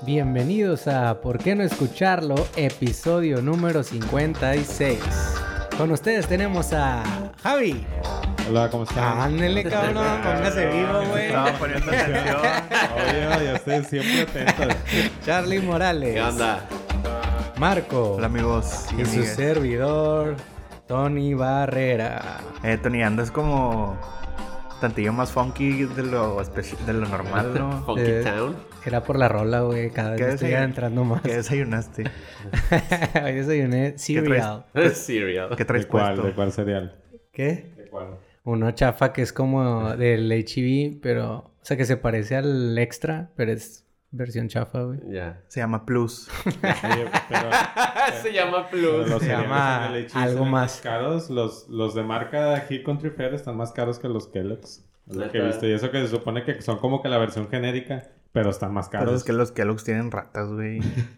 Bienvenidos a ¿Por qué no escucharlo? Episodio número 56. Con ustedes tenemos a Javi. Hola, ¿cómo están? Ándale, cabrón, póngase vivo, güey. Estaba poniendo atención. Oye, ya estoy siempre atento. Charlie Morales. ¿Qué onda? Marco. Hola, amigos. Y su servidor, Tony Barrera. Tony, andas como tantillo más funky de lo normal, ¿no? Funky Town. Era por la rola, güey. Cada vez estoy entrando más. ¿Qué desayunaste? Hoy desayuné cereal. Cereal. ¿Qué traes puesto? ¿De cuál cereal? ¿Qué? ¿De cuál? Uno chafa que es como del H-E-B, pero... O sea, que se parece al extra, pero es versión chafa, güey. Ya. Se llama Plus. Oye, pero Se llama pero Plus. los Se cereales llama en el H-E-B algo son más. caros. Los de marca Hill Country Fair están más caros que los Kellogg's. Es lo que he ¿Neta? visto. Y eso que se supone que son como que la versión genérica, pero están más Pero caros. es que los Kellogg's tienen ratas, güey.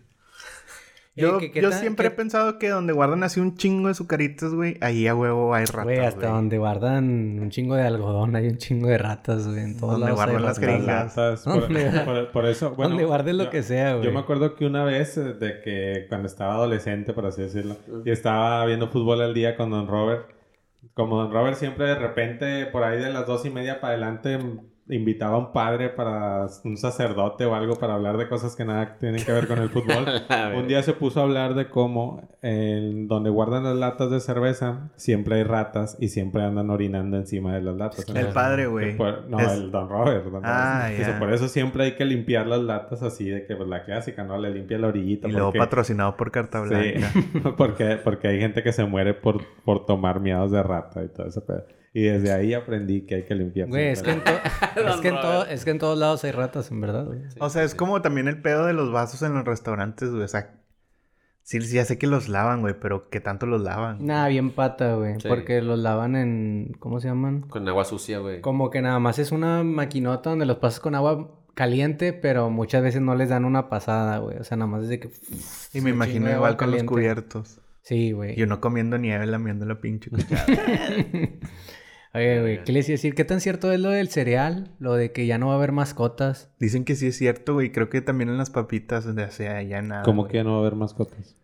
¿Qué Yo tal- siempre he qué- pensado que donde guardan así un chingo de sucaritas, güey, ahí a huevo hay ratas, Güey, hasta donde guardan un chingo de algodón hay un chingo de ratas, güey. En todos Donde lados hay guardan las ratas. gringas. Latas. Por eso, bueno, Donde guardes lo que sea, güey. Yo me acuerdo que una vez de que cuando estaba adolescente, por así decirlo, y estaba viendo fútbol al día con Don Robert. Como Don Robert siempre de repente, por ahí de las 2:30 para adelante, invitaba a un padre para un sacerdote o algo para hablar de cosas que nada tienen que ver con el fútbol. Un día se puso a hablar de cómo donde guardan las latas de cerveza siempre hay ratas y siempre andan orinando encima de las latas. El padre, güey. No, Es- el Don Robert. Dice, ya. por eso siempre hay que limpiar las latas así, de que pues, la clásica, ¿no? Le limpia la orillita. Y luego porque- patrocinado por Carta Blanca. Sí, porque hay gente que se muere por tomar miados de rata y todo eso. Y desde ahí aprendí que hay que limpiar. Güey, es que, es que en todos lados hay ratas, en verdad, güey. O sea, es como también el pedo de los vasos en los restaurantes, güey. O sea, sí, ya sé que los lavan, güey, pero ¿qué tanto los lavan? Nah, bien pata, güey. Sí. Porque los lavan en... ¿Cómo se llaman? Con agua sucia, güey. Como que nada más es una maquinota donde los pasas con agua caliente, pero muchas veces no les dan una pasada, güey. O sea, nada más es de que... Y me imagino igual con los cubiertos. Sí, güey. Y uno comiendo nieve, lamiendo la pinche cuchara. Oye, güey, ¿qué les iba a decir? ¿Qué tan cierto es lo del cereal? Lo de que ya no va a haber mascotas. Dicen que sí es cierto, güey. Creo que también en las papitas, o sea, ya nada. ¿Cómo güey. que ya no va a haber mascotas?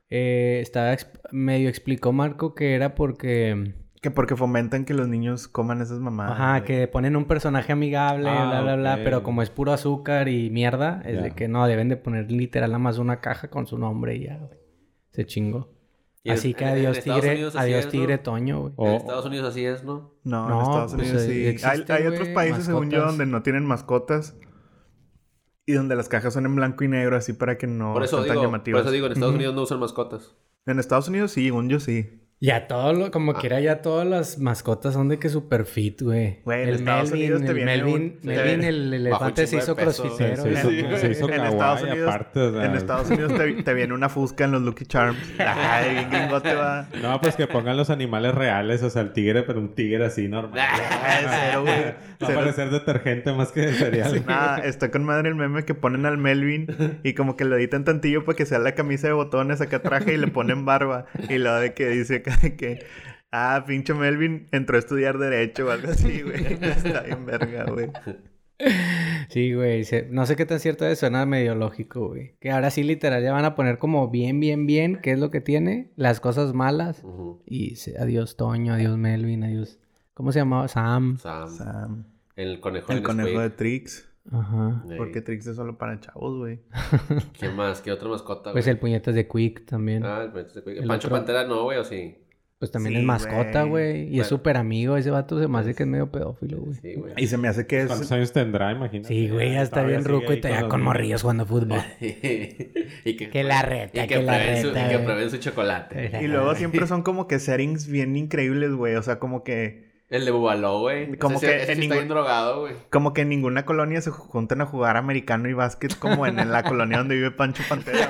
Medio explicó Marco que era porque... Que porque fomentan que los niños coman esas mamadas. Ajá, güey. que ponen un personaje amigable, Ah, bla, bla, bla. ok. Pero como es puro azúcar y mierda, es Ya. de que no, deben de poner literal nada más una caja con su nombre y ya, güey. Se chingó. Y Así que en adiós Estados tigre, Unidos así adiós es, tigre ¿no? Toño, güey. O- En Estados Unidos así es, ¿no? No, No, en Estados pues, Unidos ahí sí. existe, Hay otros güey, países, según yo, mascotas. donde no tienen mascotas. Y donde las cajas son en blanco y negro, así para que no Por eso sean tan digo, llamativas. en Estados Ujú. Unidos no usan mascotas. En Estados Unidos sí, según yo sí. Ya todo lo, como quiera, ya todas las mascotas son de que super fit, güey. Güey, en El Estados Unidos te viene Melvin, un- Melvin, te- el Bajo elefante un se chingo hizo de peso. crossfitero. Se hizo, güey. se hizo En kawaii Estados Unidos- aparte. O sea, En Estados Unidos te viene una fusca en los Lucky Charms. Ay, bien gringote va. No, pues que pongan los animales reales. O sea, el tigre, pero un tigre así normal. Ay, cero, güey. Va a Cero. parecer detergente más que de cereal. Nada, está con madre el meme que ponen al Melvin y como que lo editan tantillo para que sea la camisa de botones acá traje y le ponen barba. Y lo de que dice acá de que... Ah, pinche Melvin entró a estudiar Derecho o algo así, güey. Está bien verga, güey. Sí, güey. No sé qué tan cierto es, suena medio lógico, güey. Que ahora sí, literal, ya van a poner como bien, qué es lo que tiene, las cosas malas. Ujú. Y adiós Toño, adiós Melvin, adiós... ¿Cómo se llamaba? Sam. Sam, El conejo el de conejo de Nesquik. Trix. Ajá. Ey. Porque Trix es solo para chavos, güey. ¿Qué más? ¿Qué otra mascota, Pues güey? el puñetas de Quick también. Ah, el Pancho de Quick. El Pancho otro- Pantera no, güey, ¿o sí? Pues también Sí, es mascota, güey. Y es Bueno. súper amigo. Ese vato se me hace que es medio pedófilo, güey. Sí, güey. Y se me hace que ¿Cuántos es... años tendrá, imagínate? Sí, güey, ya está Todavía bien sigue ruco y ahí todavía los con niños. morrillos jugando fútbol. y Que la reta, y que la prueben reta, y que güey. prueben su chocolate. Y luego siempre son como que settings bien increíbles, güey. O sea, como que... El de Bubaló, güey. Como Ese que ese en sí está ningún- bien drogado, güey. Como que en ninguna colonia se juntan a jugar americano y básquet como en la colonia donde vive Pancho Pantera,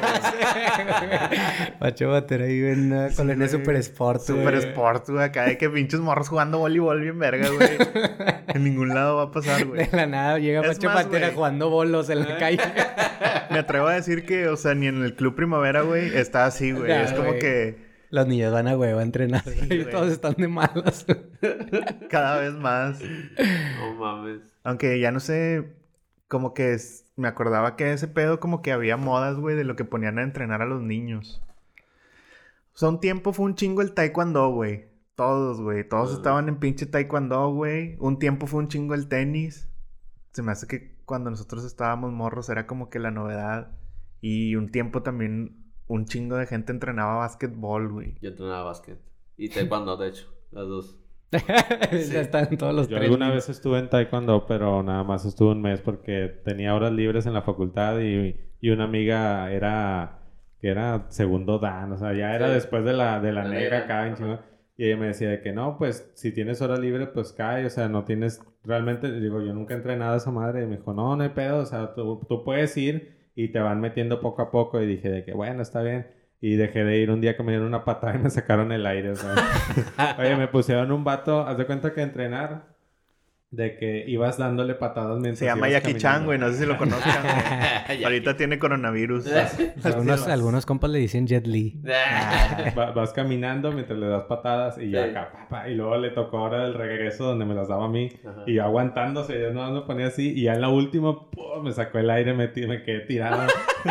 güey. Pacho Batera vive en una colonia güey. Super Sport, güey. Super sport, güey. Acá de que pinches morros jugando voleibol bien verga, güey. En ningún lado va a pasar, güey. De la nada llega Es Pacho más, Pantera güey. jugando bolos en la calle. Me atrevo a decir que, o sea, ni en el Club Primavera, güey, está así, güey. Ya, Es como güey. que Los niños van a huevo a entrenar. Sí, y güey. todos están de malas. cada vez más. No mames. Aunque ya no sé como que me acordaba que ese pedo como que había modas, güey, de lo que ponían a entrenar a los niños. O sea, un tiempo fue un chingo el taekwondo, güey. Todos, güey. Todos estaban en pinche taekwondo, güey. Un tiempo fue un chingo el tenis. Se me hace que cuando nosotros estábamos morros era como que la novedad. Y un tiempo también un chingo de gente entrenaba básquetbol, güey. Yo entrenaba básquet. Y taekwondo, de hecho. Las dos. Ya están todos los Yo tres. alguna vez estuve en taekwondo, pero nada más estuve un mes porque tenía horas libres en la facultad y una amiga que era segundo dan, o sea, ya era después de la negra acá en chingón. Y ella me decía de que no, pues si tienes horas libres, pues cae, o sea, no tienes realmente, digo, yo nunca entrené nada a esa madre. Y me dijo, no hay pedo, o sea, tú puedes ir y te van metiendo poco a poco. Y dije de que bueno, está bien. Y dejé de ir un día que me dieron una patada y me sacaron el aire, o sea. Oye, me pusieron un vato, haz de cuenta que entrenar, de que ibas dándole patadas mientras Se llama ibas Jackie Chan, caminando. güey. No sé si lo conozcan, güey. Ahorita tiene coronavirus. Algunos compas le dicen Jet Li. Vas caminando mientras le das patadas y ya acá, papá. Y luego le tocó ahora el regreso donde me las daba a mí. Ajá. Y yo aguantándose, yo no me ponía así. Y ya en la última, ¡pum! Me sacó el aire, me quedé tirado.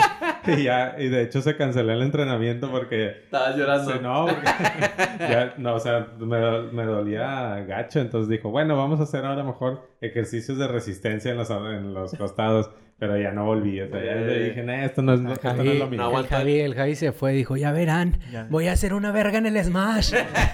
y de hecho se canceló el entrenamiento porque... Estabas llorando. No, porque ya, no, o sea, me dolía gacho. Entonces dijo, bueno, vamos a hacer ahora mejor ejercicios de resistencia en los costados. Pero ya no volví. O sea, ya le dije, esto no es lo mío. El Javi se fue y dijo, ya verán, voy a hacer una verga en el Smash.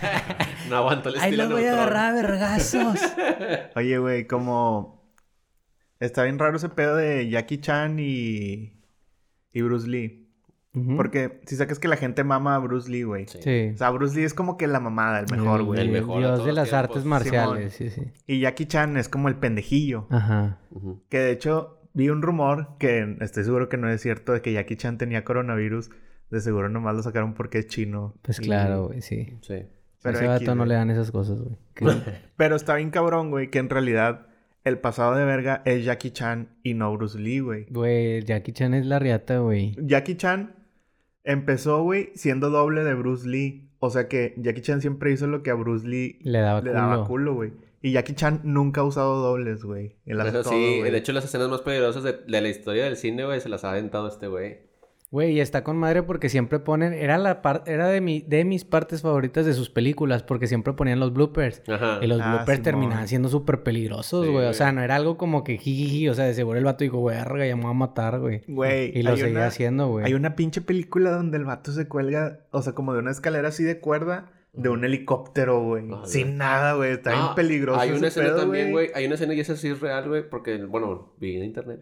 No aguanto el Ahí estilo los voy a Neutron. agarrar a vergazos. Oye, güey, como... Está bien raro ese pedo de Jackie Chan y Bruce Lee. Porque si sacas que la gente mama a Bruce Lee, güey. Sí. O sea, Bruce Lee es como que la mamada, el mejor, güey. el mejor de Dios todos de las los tiempos. artes marciales, sí. Y Jackie Chan es como el pendejillo. Ajá. Ujú. Que de hecho, vi un rumor que estoy seguro que no es cierto de que Jackie Chan tenía coronavirus. De seguro nomás lo sacaron porque es chino. Pues claro, güey, sí. Sí. Pero A ese X, vato no güey. le dan esas cosas, güey. Pero está bien cabrón, güey, que en realidad el pasado de verga es Jackie Chan y no Bruce Lee, güey. Güey, Jackie Chan es la riata, güey. Jackie Chan empezó, güey, siendo doble de Bruce Lee. O sea que Jackie Chan siempre hizo lo que a Bruce Lee Le daba culo, güey. Y Jackie Chan nunca ha usado dobles, güey. Él hace Eso todo, sí, güey. de hecho las escenas más peligrosas de la historia del cine, güey, se las ha aventado este güey. Güey, y está con madre porque siempre ponen... Era de mis partes favoritas de sus películas porque siempre ponían los bloopers. Ajá. Y los Ah, bloopers Simón. terminaban siendo súper peligrosos, Sí, güey. O güey. sea, no era algo como que jijiji. O sea, de seguro el vato dijo, verga, ya me voy a matar, güey. Güey, Y lo hay seguía una- haciendo, güey. Hay una pinche película donde el vato se cuelga, o sea, como de una escalera así de cuerda, de un helicóptero, güey. Ajá. Sin nada, güey. Está bien Ah, peligroso hay una ese escena pedo, también, güey. Hay una escena y esa sí es real, güey. Porque, bueno, vi en internet.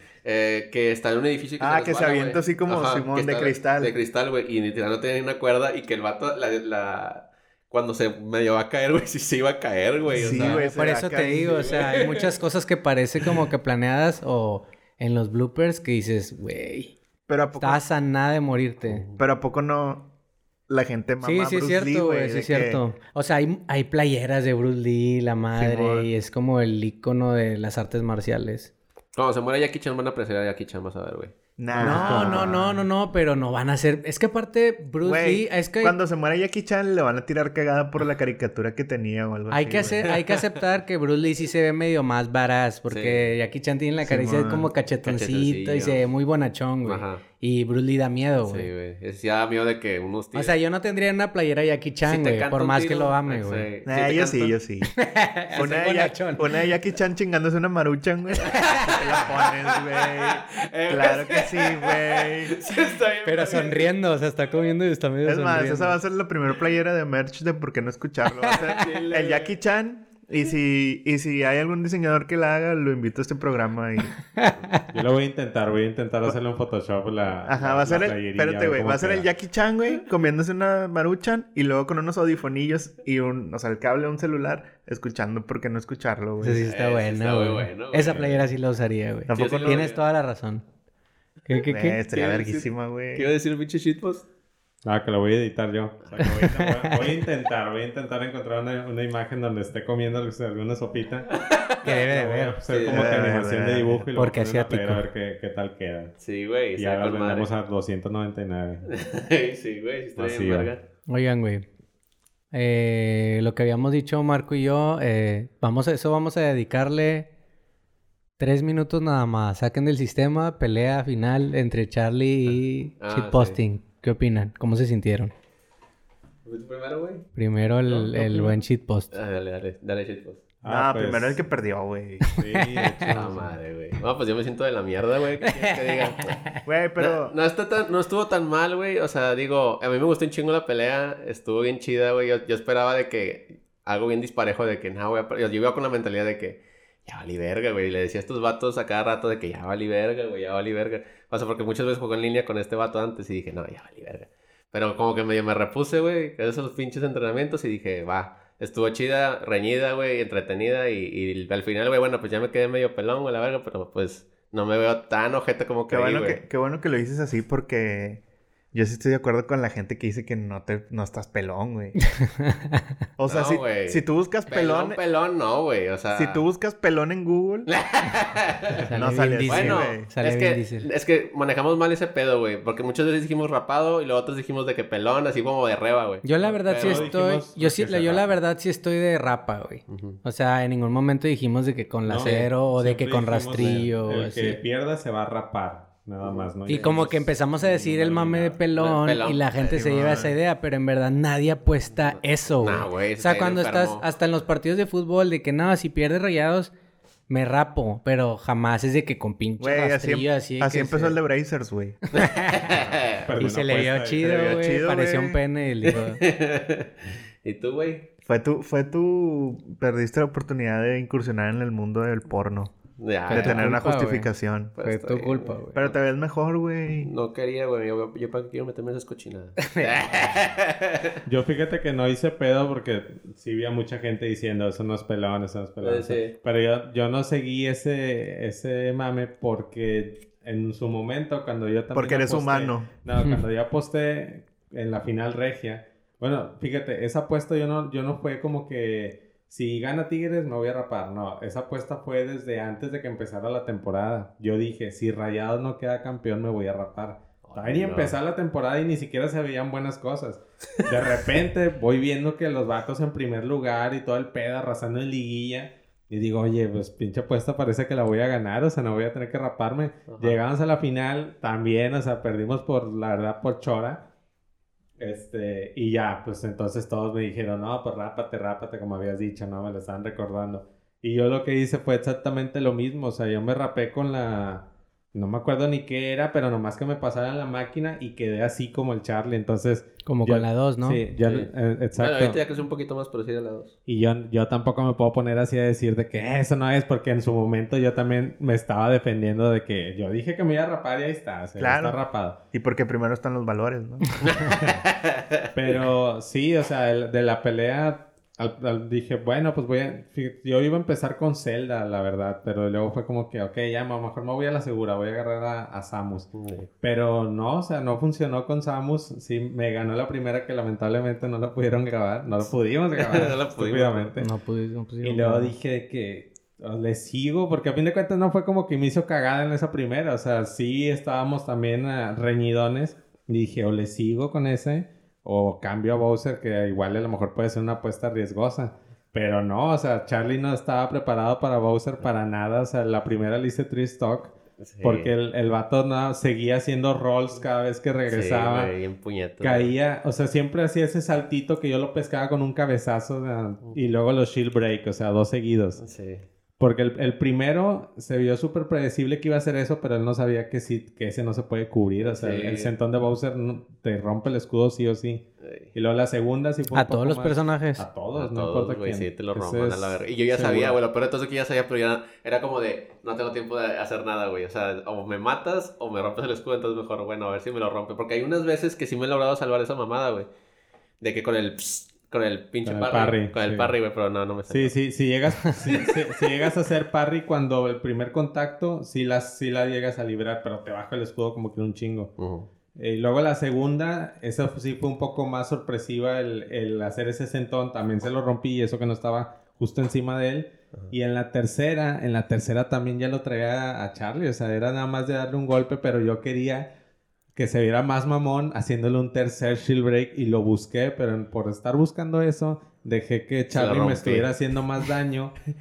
Que está en un edificio Ah, que se resbala, avienta güey. así como Simón, que de está cristal. De cristal, güey. Y literal no tiene una cuerda. Y que el vato, cuando se medio va a caer, güey, sí se iba a caer, güey. Sí, o sea, güey. Por se eso va a te caer, digo, o güey. sea, hay muchas cosas que parece como que planeadas o en los bloopers que dices, güey, Pero a poco, estás a nada de morirte. pero a poco no la gente mama Sí, a sí es Bruce Lee, cierto, güey, sí de es cierto. O sea, hay playeras de Bruce Lee, la madre, Simón. y es como el icono de las artes marciales. Cuando se muera Jackie Chan van a apreciar a Jackie Chan, vas a ver, güey. No, pero no van a ser... Es que aparte, Bruce Güey, Lee, es que... cuando se muera Jackie Chan le van a tirar cagada por la caricatura que tenía o algo Hay así, que güey. hay que aceptar que Bruce Lee sí se ve medio más varaz, porque Sí. Jackie Chan tiene la caricia Simón. como cachetoncito y Cachetoncillo. se ve muy bonachón, güey. Ajá. Y Bruce Lee da miedo, Sí, güey. güey. Sí da miedo de que unos O tiros... sea, yo no tendría una playera de Jackie Chan, güey, por más que lo ame, güey. Yo sí. Una Soy bonachón. una de Jackie Chan chingándose una maruchan, güey. Te la pones, güey. Claro que sí, güey. Pero sonriendo, o sea, está comiendo y está medio Es más, sonriendo. esa va a ser la primera playera de merch de por qué no escucharlo. Va a ser el Jackie Chan. Y si hay algún diseñador que la haga, lo invito a este programa y... Yo lo voy a intentar hacerle un Photoshop Ajá, va a ser el... Espérate, güey. Va a ser el Jackie Chan, güey, comiéndose una maruchan y luego con unos audifonillos y o sea, el cable de un celular escuchando por qué no escucharlo, Esa sí güey. está Sí, buena, está muy güey. bueno, güey. Esa playera sí la usaría, güey. Tampoco Sí, sí lo Tienes haría. toda la razón. ¿Qué? Estaría ¿Qué verguísima, güey. ¿Qué iba a decir el pinche shitpost? Ah, que lo voy a editar yo. O sea, que voy a intentar encontrar una imagen donde esté comiendo alguna sopita. Que debe de Lo voy a ver. hacer Sí, como que debe de animación ver. de dibujo y luego Porque poner una asiático. playera a ver qué tal queda. Sí, güey. Y ya las vendemos a 299. Sí, güey. Sí, está Así, bien, güey. verga. Oigan, güey. Lo que habíamos dicho Marco y yo, vamos a dedicarle 3 minutos nada más. Saquen del sistema, pelea final entre Charlie y shitposting. Sí. ¿Qué opinan? ¿Cómo se sintieron? ¿Tú primero, güey? Primero el buen shitpost. Dale shitpost. Pues... primero el que perdió, güey. Sí, de hecho. La madre, güey. No, pues yo me siento de la mierda, güey. ¿Qué quieres que diga? Güey, pero... No estuvo tan mal, güey. O sea, digo, a mí me gustó un chingo la pelea. Estuvo bien chida, güey. Yo esperaba de que... Algo bien disparejo de que, no, güey. Yo iba con la mentalidad de que... Ya valí verga, güey. Y le decía a estos vatos a cada rato de que ya valí verga, güey. Ya valí verga. O sea, porque muchas veces jugué en línea con este vato antes y dije, no, ya valí verga. Pero como que medio me repuse, güey. Esos pinches entrenamientos y dije, va... Estuvo chida, reñida, güey, entretenida y al final, güey, bueno, pues ya me quedé medio pelón, güey, la verga, pero pues no me veo tan ojete como que güey. Qué bueno que lo dices así porque yo sí estoy de acuerdo con la gente que dice que no estás pelón, güey. O sea, no, si tú buscas pelón... Pelón, no, güey, o sea... Si tú buscas pelón en Google... no sale así, bueno, güey. es que manejamos mal ese pedo, güey. Porque muchas veces dijimos rapado y luego otros dijimos de que pelón, así como de reba, güey. Yo la verdad sí estoy... Yo la verdad sí estoy de rapa, güey. O sea, en ningún momento dijimos de que con lacero o de que con rastrillo. El que pierda se va a rapar. Nada más, ¿no? Y como que empezamos a decir el mame de pelón y la gente se lleva esa idea, pero en verdad nadie apuesta eso, güey. No, güey. O sea, cuando estás hasta en los partidos de fútbol de que no, si pierdes Rayados, me rapo, pero jamás es de que con pinche rastrillo así. Así empezó el de Brazers, güey. Y se le vio chido, güey. Parecía un pene. ¿Y tú, güey? Perdiste la oportunidad de incursionar en el mundo del porno. De tener una justificación. Fue tu culpa, güey. Pero te ves mejor, güey. No quería, güey. Yo para qué quiero meterme en esas cochinadas. Yo fíjate que no hice pedo porque sí vi a mucha gente diciendo eso no es pelón, eso no es pelón. Sí. Pero yo no seguí ese mame porque en su momento cuando yo también porque eres humano. No, cuando yo aposté en la final regia. Bueno, fíjate, esa apuesta yo no fue como que si gana Tigres me voy a rapar. No, esa apuesta fue desde antes de que empezara la temporada. Yo dije, si Rayados no queda campeón me voy a rapar. Todavía ni empezar la temporada y ni siquiera se veían buenas cosas. De repente voy viendo que los vatos en primer lugar y todo el pedo arrasando en liguilla. Y digo, oye, pues pinche apuesta parece que la voy a ganar, o sea, no voy a tener que raparme. Ajá. Llegamos a la final también, o sea, perdimos la verdad por chora. Y ya, pues entonces todos me dijeron, no, pues rápate, como habías dicho, ¿no? Me lo estaban recordando. Y yo lo que hice fue exactamente lo mismo, o sea, yo me rapé con la... No me acuerdo ni qué era, pero nomás que me pasaran la máquina y quedé así como el Charlie, entonces... Como con la 2, ¿no? Sí, exacto. Bueno, ahorita ya creció un poquito más, pero sí de la 2. Y yo tampoco me puedo poner así a decir de que eso no es, porque en su momento yo también me estaba defendiendo de que yo dije que me iba a rapar y ahí está, o sea, claro. Está rapado. Y porque primero están los valores, ¿no? Pero sí, o sea, de la pelea... dije, bueno, pues yo iba a empezar con Zelda, la verdad, pero luego fue como que, ok, ya, mejor me voy a la segura, voy a agarrar a Samus. Pero no, o sea, no funcionó con Samus. Sí, me ganó la primera que lamentablemente no la pudieron grabar, no la pudimos grabar, no la pudimos. No pudimos. Y luego dije que le sigo, porque a fin de cuentas no fue como que me hizo cagada en esa primera, o sea, sí estábamos también reñidones, y dije, o le sigo con ese... O cambio a Bowser, que igual a lo mejor puede ser una apuesta riesgosa. Pero no, o sea, Charlie no estaba preparado para Bowser para nada. O sea, la primera le hice Trish Talk. Sí. Porque el vato seguía haciendo rolls cada vez que regresaba. Sí, güey, en puñetas. Caía, o sea, siempre hacía ese saltito que yo lo pescaba con un cabezazo. Y luego los shield break, o sea, 2 seguidos. Sí. Porque el primero se vio súper predecible que iba a hacer eso, pero él no sabía que ese no se puede cubrir. O sea, sí. El sentón de Bowser te rompe el escudo sí o sí. Sí. Y luego la segunda sí fue un poco los más... personajes. A todos, no importa güey, quién. Sí, te lo rompan a la verga. Y yo ya sabía, güey, pero entonces que ya sabía, pero ya era como de, no tengo tiempo de hacer nada, güey. O sea, o me matas o me rompes el escudo, entonces mejor, bueno, a ver si me lo rompe. Porque hay unas veces que sí me he logrado salvar esa mamada, güey. De que con el pinche parry. Con el parry, güey, pero no me salió. Sí, si llegas a hacer parry cuando el primer contacto, sí la llegas a librar, pero te baja el escudo como que un chingo. Y luego la segunda, esa sí fue un poco más sorpresiva el hacer ese sentón, también se lo rompí y eso que no estaba justo encima de él. Y en la tercera también ya lo traía a Charlie, o sea, era nada más de darle un golpe, pero yo quería que se viera más mamón haciéndole un tercer shield break y lo busqué, pero por estar buscando eso, dejé que Charlie me estuviera haciendo más daño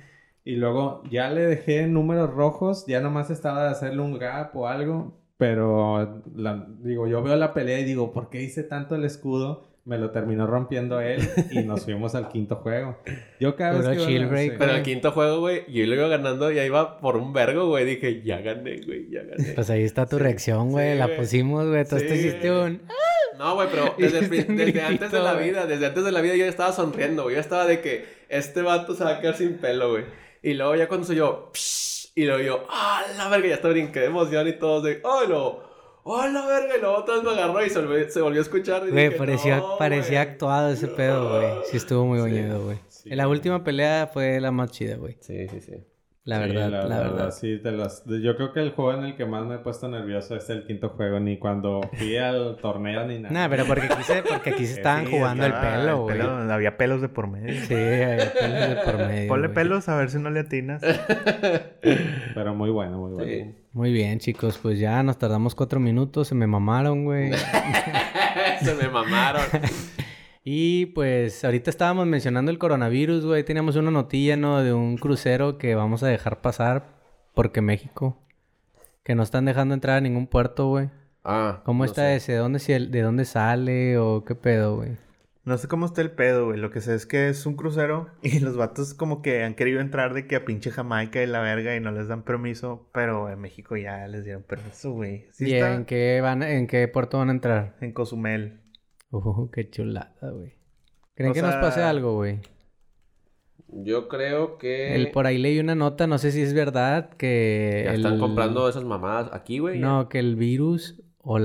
Y luego ya le dejé números rojos, ya nomás estaba de hacerle un gap o algo. Pero, digo, yo veo la pelea y digo, ¿por qué hice tanto el escudo? Me lo terminó rompiendo él y nos fuimos al quinto juego. Yo cada Puro vez que... chill break, sí. Pero el quinto juego, güey, yo lo iba ganando y ahí iba por un vergo, güey. Dije, ya gané, güey, ya gané. Pues ahí está tu reacción, güey. sí, la güey. pusimos, güey. Tú Sí, hiciste un... No, güey, pero Hiciste un desde antes de gritito, la güey. vida, yo ya estaba sonriendo, güey. Yo estaba de que este vato se va a quedar sin pelo, güey. Y luego ya cuando soy yo, psh, y luego yo, la verga, ya está brinqué de emoción y todos de, ¡ay, no! ¡Oh, la verga! Y luego otra vez me agarró y se volvió a escuchar. Y Güey, dije, parecía no, actuado güey. ese pedo, güey. Sí estuvo muy Sí, bonito, güey. sí, La güey. última pelea fue la más chida, güey. Sí. La Sí, verdad, la verdad. Sí, yo creo que el juego en el que más me he puesto nervioso es el quinto juego. Ni cuando fui al torneo ni nada. Nah, pero porque aquí se estaban Sí, jugando el estaba pelo, güey. Había pelos de por medio. Sí, había pelos de por medio. Ponle güey. pelos a ver si no le atinas. Pero muy bueno, muy bueno. Sí. Muy bien, chicos. Pues ya nos tardamos 4 minutos. Se me mamaron, güey. Se me mamaron. Y pues ahorita estábamos mencionando el coronavirus, güey. Teníamos una notilla, ¿no? De un crucero que vamos a dejar pasar porque México. Que no están dejando entrar a ningún puerto, güey. ¿Cómo no está sé. ese? ¿De dónde sale o qué pedo, güey? No sé cómo está el pedo, güey. Lo que sé es que es un crucero y los vatos como que han querido entrar de que a pinche Jamaica y la verga y no les dan permiso. Pero en México ya les dieron permiso, güey. Sí ¿Y está en qué puerto van a entrar? en Cozumel. Qué chulada, güey. ¿Creen O que nos sea, pase algo, güey? Yo creo que Por ahí leí una nota, no sé si es verdad, que ya están comprando esas mamadas aquí, güey. ya. No, que el virus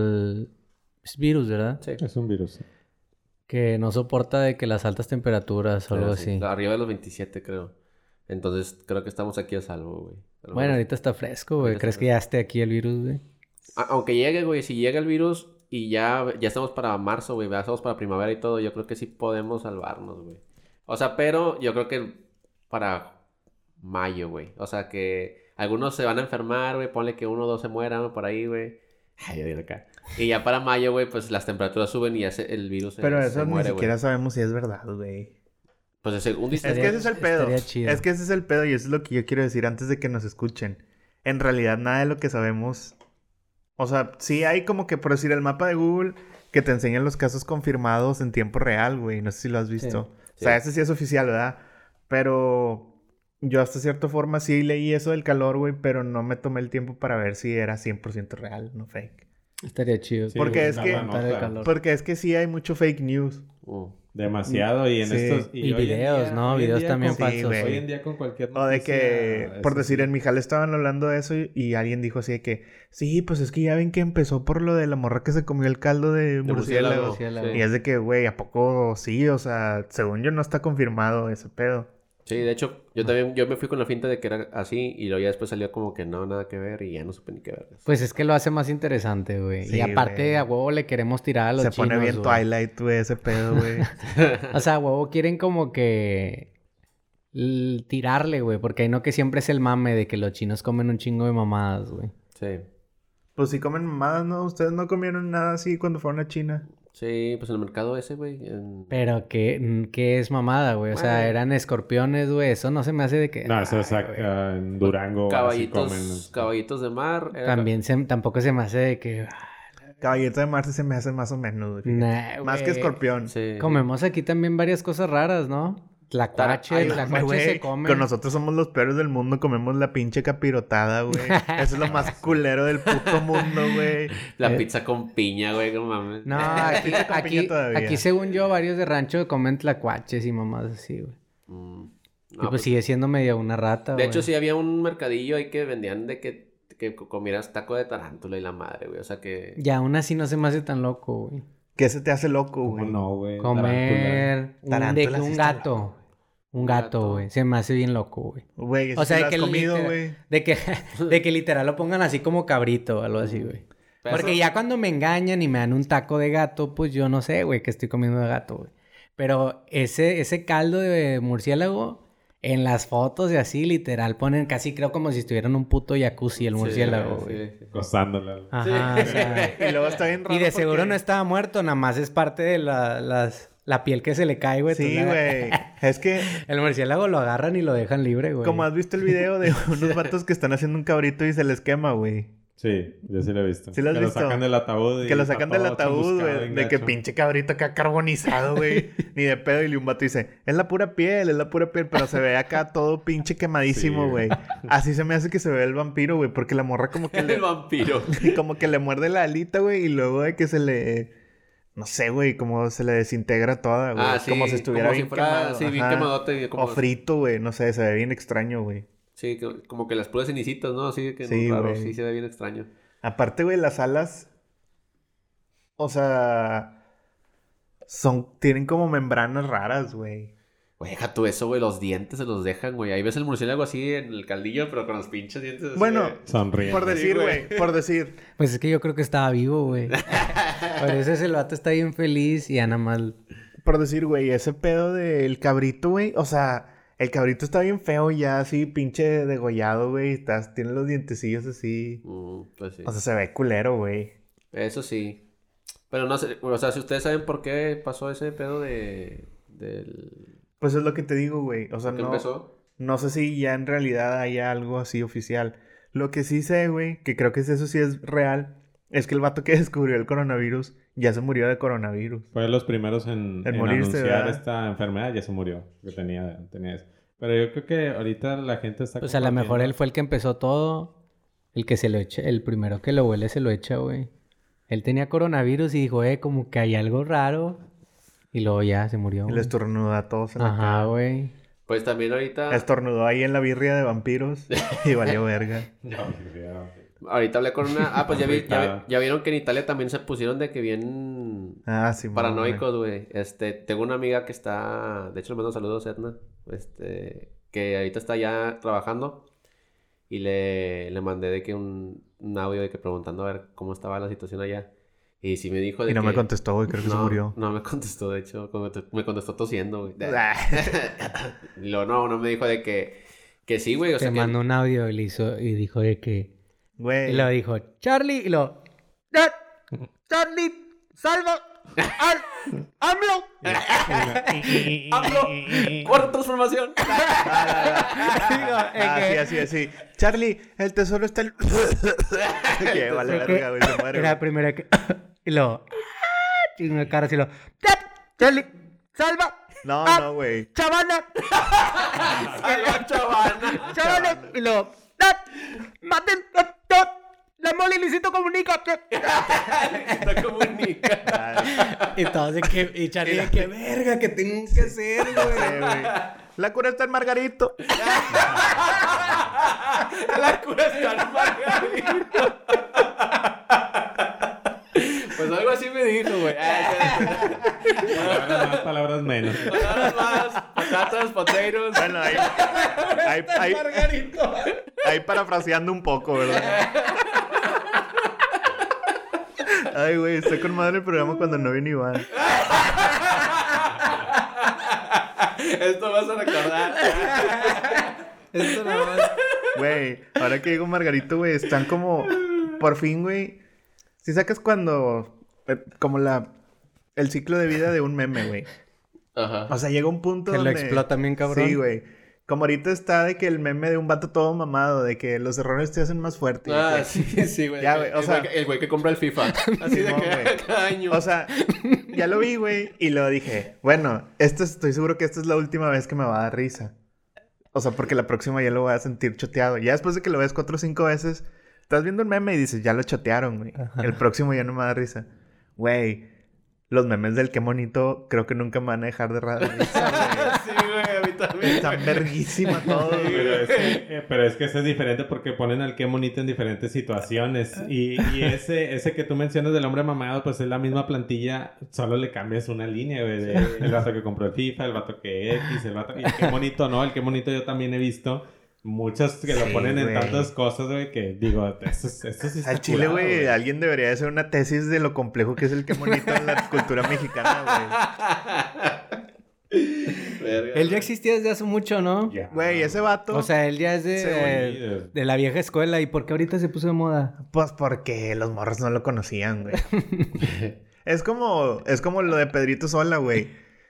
Es virus, ¿verdad? Sí. Es un virus. Que no soporta de que las altas temperaturas o algo Sí. así. Arriba de los 27, creo. Entonces, creo que estamos aquí a salvo, güey. A lo Bueno, mejor- ahorita está fresco, güey. Ahorita ¿Crees está que ya esté aquí el virus, güey? Aunque llegue, güey, si llega el virus y ya estamos para marzo, güey, ya estamos para primavera y todo, yo creo que sí podemos salvarnos, güey. O sea, pero yo creo que para mayo, güey. O sea, que algunos se van a enfermar, güey, ponle que 1 o 2 se mueran por ahí, güey. Ay, yo digo acá. Y ya para mayo, güey, pues las temperaturas suben y ya el virus Pero se eso ni muere, siquiera güey. sabemos si es verdad, güey. Pues según dice... Es que ese es el pedo. estaría chido. Es que ese es el pedo y eso es lo que yo quiero decir antes de que nos escuchen. En realidad, nada de lo que sabemos... O sea, sí hay como que, por decir, el mapa de Google que te enseña los casos confirmados en tiempo real, güey. No sé si lo has visto. Sí. O sea, ese sí es oficial, ¿verdad? Pero yo hasta cierta forma sí leí eso del calor, güey, pero no me tomé el tiempo para ver si era 100% real, no fake. Estaría chido. Sí, Porque es una que- nota. Para el calor. Porque es que sí hay mucho fake news. Demasiado y en Sí. estos... Y hoy en videos, día- ¿no? hoy en Videos día también con- falsos. Hoy güey. en día con cualquier O de que, noticia, por es decir, así. en mi jale estaban hablando de eso y alguien dijo así de que, sí, pues es que ya ven que empezó por lo de la morra que se comió el caldo de murciélago. murciélago. Y es de que, güey, ¿a poco sí? O sea, según yo no está confirmado ese pedo. Sí, de hecho, yo me fui con la finta de que era así y luego ya después salió como que no, nada que ver y ya no supe ni qué ver. Pues es que lo hace más interesante, güey. Sí, y aparte, güey. a huevo le queremos tirar a los Se chinos, pone bien güey. Twilight, güey, ese pedo, güey. O sea, a huevo quieren como que... tirarle, güey. Porque hay no que siempre es el mame de que los chinos comen un chingo de mamadas, güey. Sí. Pues sí comen mamadas, ¿no? Ustedes no comieron nada así cuando fueron a China. Sí, pues en el mercado ese, güey. Pero ¿qué es mamada, güey? O sea, Bueno. eran escorpiones, güey. Eso no se me hace de que... No, eso es Ay, güey. en Durango. así comen. Caballitos de mar. También tampoco se me hace de que... Caballito de Marte se me hace más o menos, güey. Nah, Más que güey. escorpión. Sí. Comemos aquí también varias cosas raras, ¿no? Tlacuache, Ay, tlacuache Güey, se come. con nosotros somos los peores del mundo, comemos la pinche capirotada, güey. Eso es lo más culero del puto mundo, güey. La pizza con piña, güey, no mames. No, aquí, Pizza con piña todavía. aquí según yo, varios de rancho comen tlacuaches y mamás así, güey. Mm. Y No, pues, pues, sigue siendo medio una rata, de hecho, güey. sí había un mercadillo ahí que vendían de que comieras taco de tarántula y la madre, güey. O sea que... Y aún así no se me hace tan loco, güey. ¿Qué se te hace loco, ¿Cómo güey? no, güey? Comer Tarántula sí un está gato. Un Un gato, gato. güey. Se me hace bien loco, güey. Güey, O sea, ¿sí de lo que, has comido, literal- güey? de que literal lo pongan así como cabrito o algo así, güey. Pero Porque eso- ya cuando me engañan y me dan un taco de gato, pues yo no sé, güey, que estoy comiendo de gato, güey. Pero ese caldo de murciélago, en las fotos y así, literal, ponen casi creo como si estuvieran en un puto jacuzzi el murciélago, Sí, güey. sí. Gozándola. Ajá, o sea... Y luego está bien raro Y de seguro porque- no estaba muerto, nada más es parte de las la piel que se le cae, güey. Sí, güey. Es que... El murciélago lo agarran y lo dejan libre, güey. Como has visto el video de unos vatos que están haciendo un cabrito y se les quema, güey. Sí, yo sí lo he visto. ¿Sí lo has que visto? lo sacan del ataúd. Que lo sacan del ataúd, güey. De que pinche cabrito acá carbonizado, güey. Ni de pedo. Y un vato dice, es la pura piel. Pero se ve acá todo pinche quemadísimo, Sí, güey. Así se me hace que se ve el vampiro, güey. Porque la morra como que El vampiro. como que le muerde la alita, güey. Y luego de que se le... No sé, güey. Como se le desintegra toda, güey. Sí. Como si estuviera como bien si fuera, quemado. Sí, bien Ajá. quemadote. Como... O frito, güey. No sé, se ve bien extraño, güey. Sí, como que las puras cenicitas, ¿no? Así que Sí, raro. güey. Sí, se ve bien extraño. Aparte, güey, las alas... O sea... Tienen como membranas raras, güey. Güey, deja tú eso, güey. Los dientes se los dejan, güey. Ahí ves el murciélago así en el caldillo, pero con los pinches dientes así. Bueno, Sonriendo. por decir, güey. Por decir. Pues es que yo creo que estaba vivo, güey. Por eso ese vato está bien feliz y ya nada más... Por decir, güey, ese pedo del cabrito, güey. O sea, el cabrito está bien feo ya, así, pinche degollado, güey. Tiene los dientecillos así. Pues sí. O sea, se ve culero, güey. Eso sí. Pero no sé, o sea, si ustedes saben por qué pasó ese pedo Pues es lo que te digo, güey. O sea, ¿Por qué empezó? no sé si ya en realidad haya algo así oficial. Lo que sí sé, güey, que creo que eso sí es real, es que el vato que descubrió el coronavirus ya se murió de coronavirus. Fue de los primeros en morirse, anunciar ¿verdad? esta enfermedad. Ya se murió. Que tenía eso. Pero yo creo que ahorita la gente está... Pues a lo mejor él fue el que empezó todo. El que se lo echa... El primero que lo huele se lo echa, güey. Él tenía coronavirus y dijo, como que hay algo raro. Y luego ya se murió, Y güey. le estornuda a todos en la Ajá, cara. güey. Pues también ahorita... Estornudó ahí en la birria de vampiros y valió verga. Ahorita hablé con una... pues Afectada. ya vieron que en Italia también se pusieron de que bien... Ah, sí, paranoicos, güey. Tengo una amiga que está... De hecho, le mando saludos, Edna. Que ahorita está ya trabajando. Y le mandé de que un audio de que preguntando a ver cómo estaba la situación allá. Y sí me dijo de Y no que... me contestó, güey, creo que se murió. No me contestó, de hecho. Me contestó tosiendo, güey. Y luego no me dijo de que sí, güey. O Te sea que... mandó un audio y le hizo... Y dijo de que... Güey. Y lo dijo, Charlie, y lo... Charlie, salva al AMLO. ¡AMLO! ¡Cuarta transformación! Así. Charlie, el tesoro está... Que vale verga, güey, se muere. Era la primera que... Y lo... Y una cara así lo... Charlie, salva No, güey. Chavana. Chavana. Y lo... Maten la Moli Luisito Comunica. Luisito Comunica. Y todo de que... Y Charlie de que verga que tengo que hacer, güey. La cura está en Margarito. La cura está en Margarito. Pues algo así me dijo, güey. Palabras más, palabras menos. Palabras más, patatas, potatoes. Bueno, ahí parafraseando un poco, ¿verdad? Ay, güey, estoy con madre el programa cuando no viene Iván. Esto vas a recordar. Esto nada más. Güey, ahora que digo Margarito, güey, están como... Por fin, güey. Si sacas cuando... Como el ciclo de vida de un meme, güey. Ajá. O sea, llega un punto Que lo donde... explotan bien cabrón. Sí, güey. Como ahorita está de que el meme de un vato todo mamado, de que los errores te hacen más fuerte. Ah, sí, güey. Ya, güey, o sea... El güey que compra el FIFA. Así de Simón, que güey. cada año. O sea, ya lo vi, güey, y lo dije, bueno, estoy seguro que esta es la última vez que me va a dar risa. O sea, porque la próxima ya lo voy a sentir choteado. Ya después de que lo ves 4 o 5 veces, estás viendo un meme y dices, ya lo chotearon, güey. El próximo ya no me va a dar risa. Güey, los memes del qué bonito creo que nunca me van a dejar de dar risa, güey. Sí, güey, a mí también. Están verguísima todo, güey. Pero es que eso es diferente porque ponen al qué bonito en diferentes situaciones. Y ese que tú mencionas del hombre mamado, pues es la misma plantilla, solo le cambias una línea, güey. El vato que compró el FIFA, el vato que X, el vato... Y el qué bonito, ¿no? El qué bonito yo también he visto muchas que lo ponen en güey. tantas cosas, güey, que digo, esto sí está Al chile, curado, güey, alguien debería hacer una tesis de lo complejo que es el qué bonito en la cultura mexicana, Verga. Él ya existía desde hace mucho, ¿no? Ya. güey. Güey, ese vato... O sea, él ya es de la vieja escuela. ¿Y por qué ahorita se puso de moda? Pues porque los morros no lo conocían, güey. Es como lo de Pedrito Sola, güey.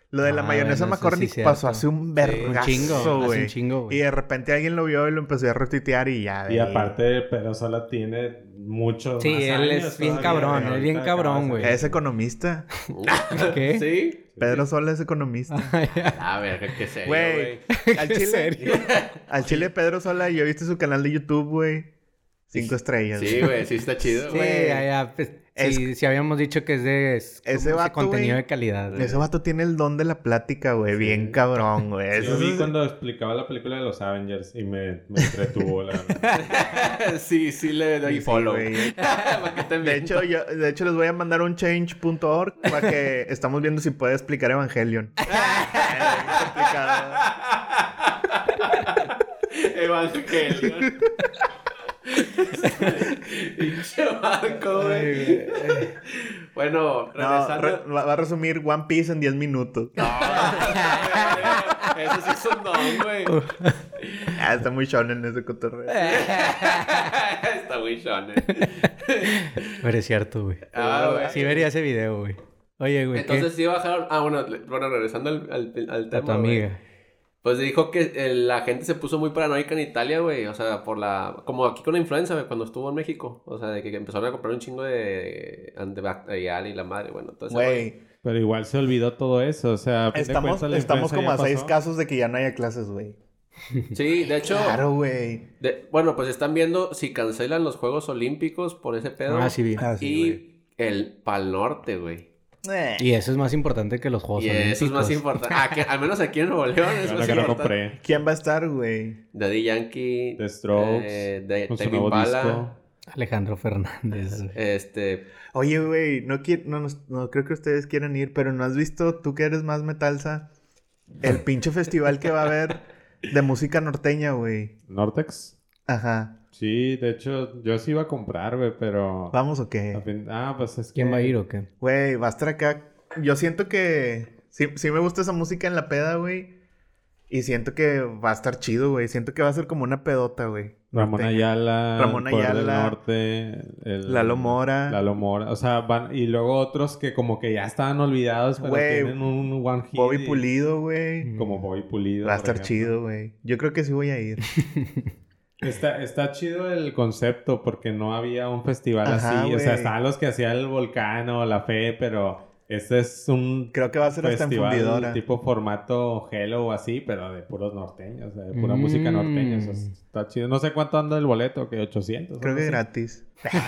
Lo de la mayonesa bueno, eso McCormick sí pasó cierto. hace un Un vergazo, chingo, hace güey. un chingo, Y güey. de repente alguien lo vio y lo empezó a retuitear y ya. Y aparte, Pedro Sola tiene muchos Sí, más él años es bien todavía, cabrón, güey. es bien Ahorita cabrón, acaba de güey. salir. Es economista. ¿Qué? ¿Sí? Pedro Sola es economista. A ver, qué serio, Güey, güey. al ¿En chile. serio? Al chile Pedro Sola, yo he visto su canal de YouTube, güey. 5 estrellas. Sí, güey, sí está chido, Sí, güey. ya, pues, sí habíamos dicho que es Ese como vato, contenido güey, de calidad. güey. Ese vato tiene el don de la plática, güey. Bien cabrón, güey. Sí, Eso yo vi es- cuando explicaba la película de los Avengers y me entretuvo, la verdad. Sí, le doy Sí, follow. güey. Para que te De hecho, les voy a mandar un change.org para que estamos viendo si puede explicar Evangelion. Complicado. Evangelion. Pinche Marco, güey. Bueno, No, regresando. va a resumir One Piece en 10 minutos. Eso sí es un don, güey. Ah, está muy shonen ese cotorreo. Está muy shonen. Pero es cierto, güey. Güey. Sí vería ese video, güey. Oye, güey, Entonces sí bajaron. Bueno, regresando al ¿qué? tema. A tu güey. amiga. Pues dijo que la gente se puso muy paranoica en Italia, güey. O sea, como aquí con la influenza, güey, cuando estuvo en México. O sea, de que empezaron a comprar un chingo de antibacterial y la madre, bueno. Entonces, Güey, Pero igual se olvidó todo eso, o sea... a fin de estamos cuentas, la influenza como ya a 6 pasó. casos de que ya no haya clases, güey. Sí, de hecho. Claro, güey. Bueno, pues están viendo si cancelan los Juegos Olímpicos por ese pedo. Ah, sí vi. Y el Pal Norte, güey. Y eso es más importante que los Juegos Y Olímpicos. eso es más importante. Al menos aquí en Nuevo León es Yo más la que no importante. compré. ¿Quién va a estar, güey? Daddy Yankee. The Strokes, de con su Tame nuevo Impala. disco. Alejandro Fernández. güey. Oye, güey, no creo que ustedes quieran ir, pero ¿no has visto, tú que eres más metalsa, el pinche festival que va a haber de música norteña, güey? ¿Nortex? Ajá. Sí, de hecho, yo sí iba a comprar, güey, pero... ¿Vamos o qué? pues es que... ¿Quién va a ir o qué? Güey, va a estar acá. Yo siento que sí me gusta esa música en la peda, güey. Y siento que va a estar chido, güey. Siento que va a ser como una pedota, güey. Ramón Norteña. Ayala, Ramón Poder del Ayala, Norte, Lalo Mora. Lalo Mora, o sea, van y luego otros que como que ya estaban olvidados, pero Güey, tienen un one hit. Bobby Pulido, güey. Como Bobby Pulido. Va a por estar ejemplo. chido, güey. Yo creo que sí voy a ir. Está chido el concepto porque no había un festival Ajá, así. O güey. sea, estaban los que hacían el Volcán o la Fe, pero este es un Creo que va a ser hasta en festival fundidora. tipo formato Hello o así, pero de puros norteños, o sea, de pura música norteña. O sea, está chido. No sé cuánto anda el boleto, que 800. Creo algo que así. gratis.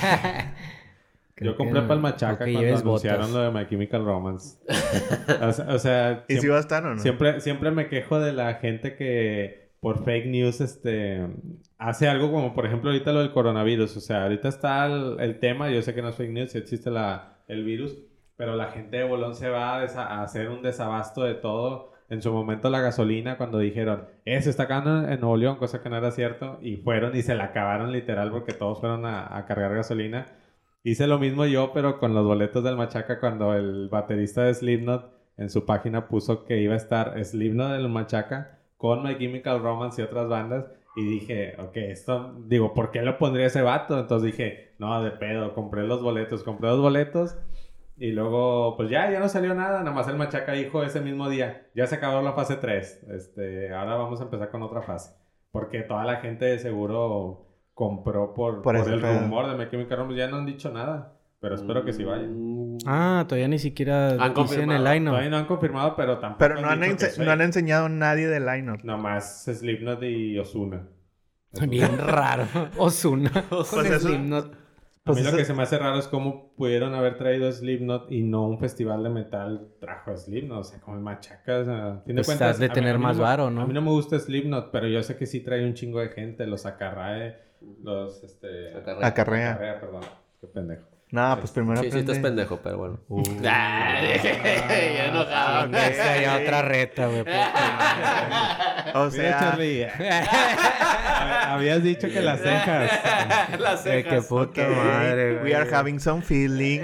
Yo compré Palmachaca creo que cuando lleves anunciaron botas. lo de My Chemical Romance. o sea, ¿Y si va a estar o no? siempre me quejo de la gente que por fake news hace algo como, por ejemplo, ahorita lo del coronavirus. O sea, ahorita está el tema, yo sé que no es fake news, sí existe el virus, pero la gente de Bolón se va a hacer un desabasto de todo. En su momento la gasolina, cuando dijeron, se está acabando en Nuevo León, cosa que no era cierto, y fueron y se la acabaron literal porque todos fueron a cargar gasolina. Hice lo mismo yo, pero con los boletos del Machaca, cuando el baterista de Slipknot en su página puso que iba a estar Slipknot del Machaca con My Chemical Romance y otras bandas. Y dije, ok, ¿por qué lo pondría ese vato? Entonces dije, no, de pedo, compré dos boletos. Y luego, pues ya no salió nada. Nada más el Machaca dijo ese mismo día, ya se acabó la fase 3. Ahora vamos a empezar con otra fase. Porque toda la gente de seguro compró por ese el pedo. rumor de My Chemical Romance. Ya no han dicho nada, pero espero que sí vayan. Todavía ni siquiera Han dicen el confirmado. line-up. Todavía no han confirmado, pero tampoco Pero no han dicho que es no han fake. enseñado nadie del lineup. Nomás Slipknot y Ozuna. Bien raro. Ozuna. Con Pues eso- Slipknot. A mí Pues lo eso- que se me hace raro es cómo pudieron haber traído a Slipknot y no un festival de metal trajo a Slipknot. O sea, como el Machaca. O sea, a fin de Pues cuentas, has de a mí- tener a mí más no me- varo, ¿no? A mí no me gusta Slipknot, pero yo sé que sí trae un chingo de gente. Los Acarrae, Acarrea. perdón. Qué pendejo. No, pues primero Sí, aprende. estás pendejo, pero bueno. Ah, Ya enojado. ok. Esa ya otra reta, güey. O Mira, sea, Charlie. Habías dicho que las cejas. Las Qué cejas. puta ok, madre, güey. we are having some feeling.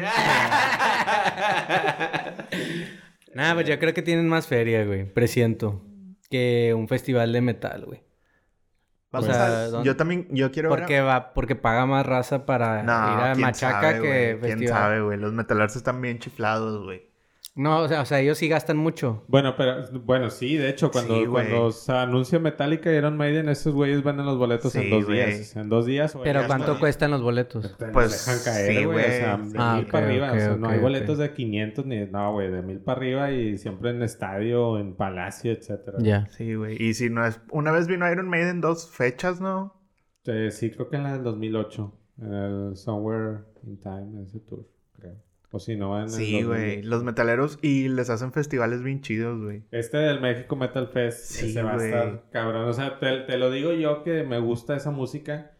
Nah, pues yo creo que tienen más feria, güey. Presiento. Que un festival de metal, güey. Vamos O sea, a... ¿dónde? Yo quiero ver... Porque paga más raza para No, ir a quién Machaca sabe, que güey. ¿Quién festival. sabe, güey? Los metalers están bien chiflados, güey. No, o sea, ellos sí gastan mucho. Bueno, sí, de hecho, cuando se anuncia Metallica y Iron Maiden, esos güeyes venden los boletos en 2 días. O sea, en 2 días. ¿Pero cuánto cuestan los boletos? Pues dejan caer, güey. O sea, de 1000 para arriba. O sea, no hay boletos de 500 ni... No, güey, de 1000 para arriba y siempre en estadio, en palacio, etcétera. Ya. Sí, güey. Y si no es... Una vez vino Iron Maiden 2 fechas, ¿no? Sí, creo que en la del 2008. En el Somewhere in Time, ese tour, creo. O si no, en el... Sí, güey. Los metaleros y les hacen festivales bien chidos, güey. Este del México Metal Fest, Sí, ese va a güey. estar cabrón. O sea, te lo digo yo que me gusta esa música.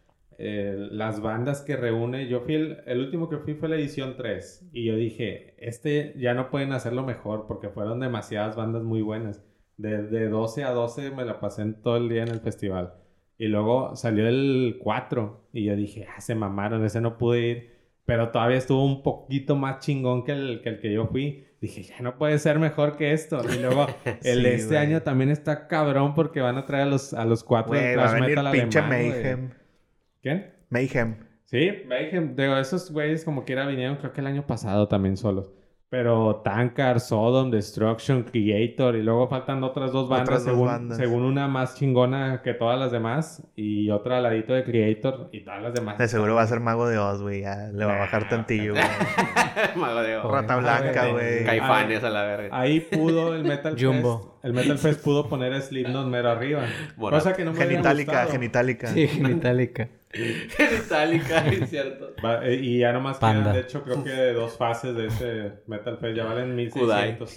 Las bandas que reúne. Yo fui el último que fui fue la edición 3. Y yo dije, ya no pueden hacerlo mejor porque fueron demasiadas bandas muy buenas. De 12 a 12 me la pasé todo el día en el festival. Y luego salió el 4. Y yo dije, se mamaron, ese no pude ir. Pero todavía estuvo un poquito más chingón que el que yo fui. Dije, ya no puede ser mejor que esto. Y luego, el de este año también está cabrón porque van a traer a los 4 Güey, del va a thrash venir metal pinche alemán, güey. Mayhem. ¿Quién? Mayhem. Sí, Mayhem. Digo, esos güeyes como quiera vinieron creo que el año pasado también solos. Pero Tankard, Sodom, Destruction, Creator y luego faltan otras 2 bandas, según una más chingona que todas las demás y otra al ladito de Creator y todas las demás. De seguro va a ser Mago de Oz, güey. Ya le va a bajar tantillo, güey. Mago de Oz. Rata Blanca, güey. Caifanes a la verga. Ahí pudo el Metal Jumbo. Fest. El Metal Fest pudo poner a Slipknot mero arriba. Morat. Cosa que no me hubiera gustado. Genitálica. Sí, Metallica. Metallica, es cierto. Y ya nomás Panda. quedan, de hecho, creo que 2 fases de ese Metal Fest. Ya valen 1600.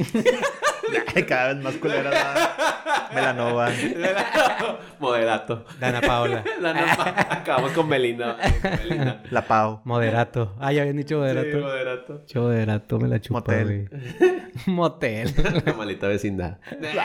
Cada vez más culera la Melanova. Moderato. Dana Paola. Acabamos con Belinda. La Pau. Moderato. Ah, ya habían dicho moderato. Sí, moderato. Yo moderato me la chupa, Motel. güey. Motel. La maldita vecindad.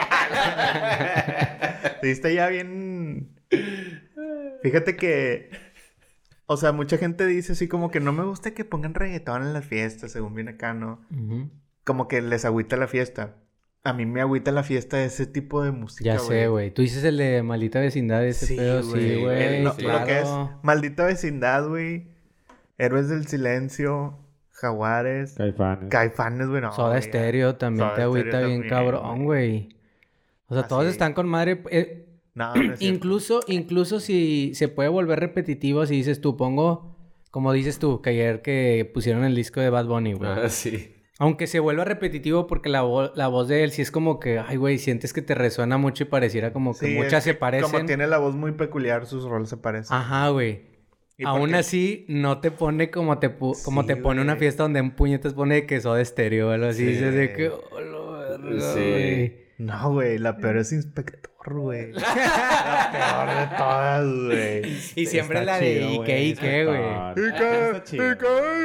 Sí, está ya bien... Fíjate que... O sea, mucha gente dice así como que no me gusta que pongan reggaetón en las fiestas, según viene acá, ¿no? Ujú. Como que les agüita la fiesta. A mí me agüita la fiesta ese tipo de música, Ya sé, güey. Tú dices el de maldita vecindad, ese pedo, sí, güey. No, Claro. Lo que es Maldita Vecindad, güey. Héroes del Silencio. Jaguares. Caifanes, güey. No, Soda güey, Stereo también Soda te agüita Stereo bien también, cabrón, güey. O sea, todos Así. están con madre. No, no es cierto. Incluso si se puede volver repetitivo, si dices tú, como dices tú, que ayer que pusieron el disco de Bad Bunny, güey. Ah, sí. Aunque se vuelva repetitivo porque la voz de él sí es como que, ay, güey, sientes que te resuena mucho y pareciera como que Sí, muchas es se que parecen. Como tiene la voz muy peculiar, sus roles se parecen. Ajá, güey. ¿Y Aún por qué? así, no te pone como te Sí, pone una güey. fiesta donde un puñetas pone que Soda Stereo o algo así. Sí, Dices de güey. que, oh, la verga, Sí. güey. No, güey, la peor es Inspector, güey. La peor de todas, güey. Y siempre Está la de chido, Ike, güey. Está chido.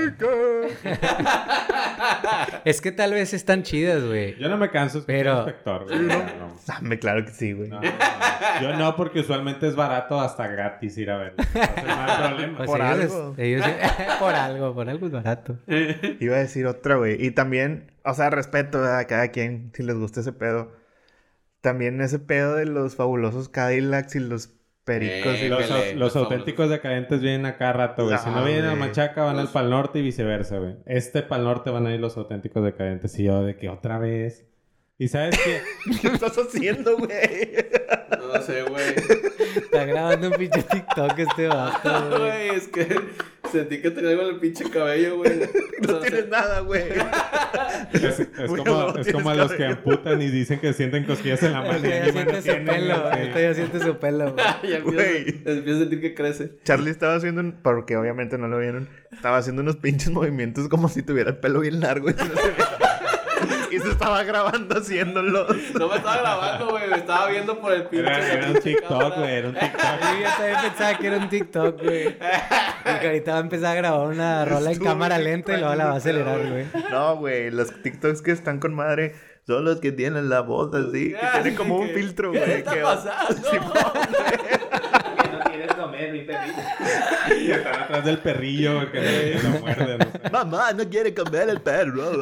Es que tal vez están chidas, güey. Yo no me canso de escuchar Pero- Inspector, güey. Dame, claro que sí, güey. No. Yo no, porque usualmente es barato hasta gratis ir a verlo. Entonces no hay problema. Pues Por ellos algo. por algo es barato. Iba a decir otra, güey. Y también, o sea, respeto a cada quien si les gusta ese pedo. También ese pedo de los fabulosos Cadillacs y los pericos. y Los, Pelé, los los auténticos decadentes vienen a cada rato, güey. Si no Ah, vienen al güey. Machaca, van al Pal Norte y viceversa, güey. Pal Norte van a ir los auténticos decadentes. Y yo, de que otra vez. ¿Y sabes qué? ¿Qué estás haciendo, güey? No sé, güey. Está grabando un pinche TikTok este vato, güey. Güey, es que sentí que tenía algo en el pinche cabello, güey. No tienes nada, güey. Es Güey, como, no es tienes como a los que cabello. amputan y dicen que sienten cosquillas en la mano. Ahorita y ya encima no siente su tienen, pelo. güey. Ahorita ya siente su pelo, güey. Ya Güey. empiezo a sentir que crece. Charlie estaba haciendo porque obviamente no lo vieron. Estaba haciendo unos pinches movimientos como si tuviera el pelo bien largo. Y, no se veía. Y se estaba grabando haciéndolo. No me estaba grabando, güey. Me estaba viendo por el pinche. Era un TikTok, güey. Era un TikTok. Yo también pensaba que era un TikTok, güey. Y que ahorita va a empezar a grabar una rola en Estuvo cámara bien lenta y luego la va a acelerar, güey. No, güey. Los TikToks que están con madre son los que tienen la voz así. Que tienen como un filtro, güey. ¿Qué está pasando? Que no quieres comer, mi perrito. Y están atrás del perrillo, güey, que lo muerde, no sé. Mamá, no quiere comer el perro.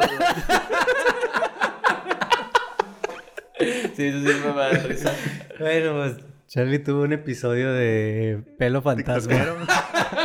Sí, me va a dar risa. Bueno, pues Charlie tuvo un episodio de pelo fantasma.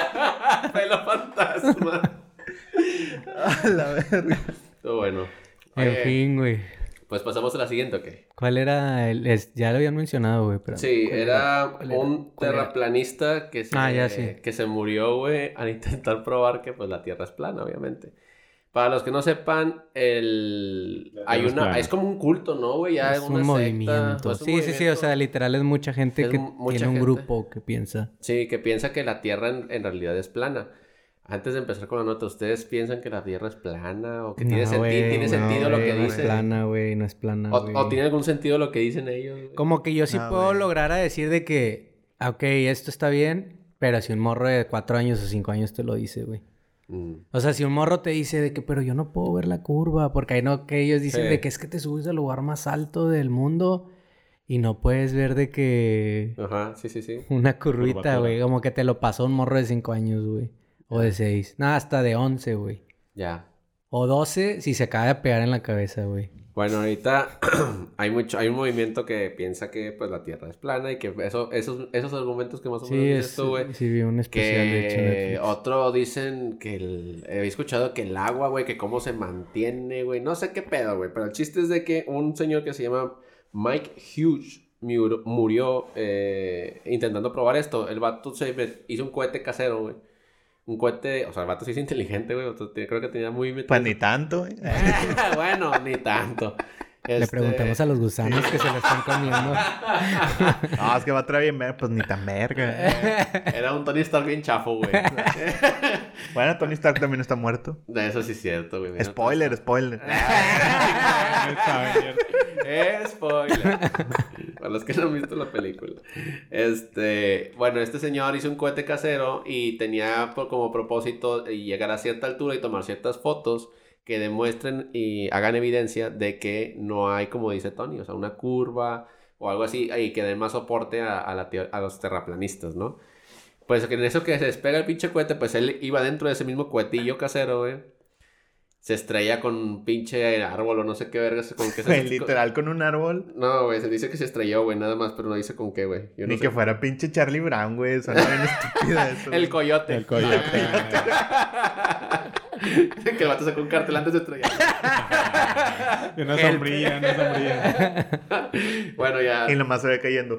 Pelo fantasma. A la verga. Todo bueno. En Oye, fin, güey. Pues pasamos a la siguiente, ¿ok? ¿Cuál era ya lo habían mencionado, güey, pero... Sí, ¿cuál era ¿Cuál era? un ¿Cuál era? terraplanista que Ya sí. que se murió, güey, al intentar probar que pues la Tierra es plana, obviamente. Para los que no sepan, La hay Tierra es una... plana. Es como un culto, ¿no, güey? Ya Es una un secta, movimiento. o es un Sí, sí, o sea, movimiento. literal es mucha gente Es que mucha tiene un gente. grupo que piensa. Sí, que piensa que la Tierra en realidad es plana. Antes de empezar con la nota, ¿ustedes piensan que la Tierra es plana? ¿O que tiene, No, güey, tiene no, sentido lo güey, que no es dicen? plana, güey, no es plana, güey. ¿O tiene algún sentido lo que dicen ellos, güey? Como que yo sí No, puedo güey. lograr a decir de que, ok, esto está bien, pero si un morro de 4 años o 5 años te lo dice, güey. O sea, si un morro te dice de que, pero yo no puedo ver la curva, porque hay no que ellos dicen Sí. de que es que te subes al lugar más alto del mundo y no puedes ver de que Ajá, sí, sí, sí. una curvita, Curvatura. güey, como que te lo pasó un morro de 5 años, güey. O de 6. Nada, hasta de 11, güey. Ya. O 12 si se acaba de pegar en la cabeza, güey. Bueno, ahorita hay un movimiento que piensa que pues la Tierra es plana y que esos argumentos que más o menos Sí, dices tú, güey. sí vi un especial de hecho en Que Netflix. otro dicen que he escuchado que el agua, güey, que cómo se mantiene, güey. No sé qué pedo, güey. Pero el chiste es de que un señor que se llama Mike Hughes murió intentando probar esto. El vato hizo un cohete casero, güey. Un cohete, o sea, el vato sí es inteligente, güey. Creo que tenía muy metido. Pues ni tanto, güey. Bueno, ni tanto. Le preguntamos a los gusanos que se lo están comiendo. No, es que va a traer bien ver, pues ni tan verga. Era un Tony Stark bien chafo, güey. Bueno, Tony Stark también está muerto. De eso sí es cierto, güey. Mira, Spoiler. Spoiler. Para los que no han visto la película. Bueno, este señor hizo un cohete casero y tenía como propósito llegar a cierta altura y tomar ciertas fotos que demuestren y hagan evidencia de que no hay, como dice Tony, o sea, una curva o algo así, y que den más soporte a los terraplanistas, ¿no? Pues en eso que se despega el pinche cohete, pues él iba dentro de ese mismo cohetillo casero, güey. Se estrella con un pinche árbol o no sé qué vergas. Con qué Güey, literal con un árbol. No, güey, se dice que se estrelló, güey, nada más, pero no dice con qué, güey. Yo no Ni sé. que fuera pinche Charlie Brown, güey. Suena bien estúpido eso. El coyote. El coyote. Que el vato sacó un cartel antes de estrellar. Y una sombrilla, una sombrilla. Bueno, ya. Y nomás se ve cayendo.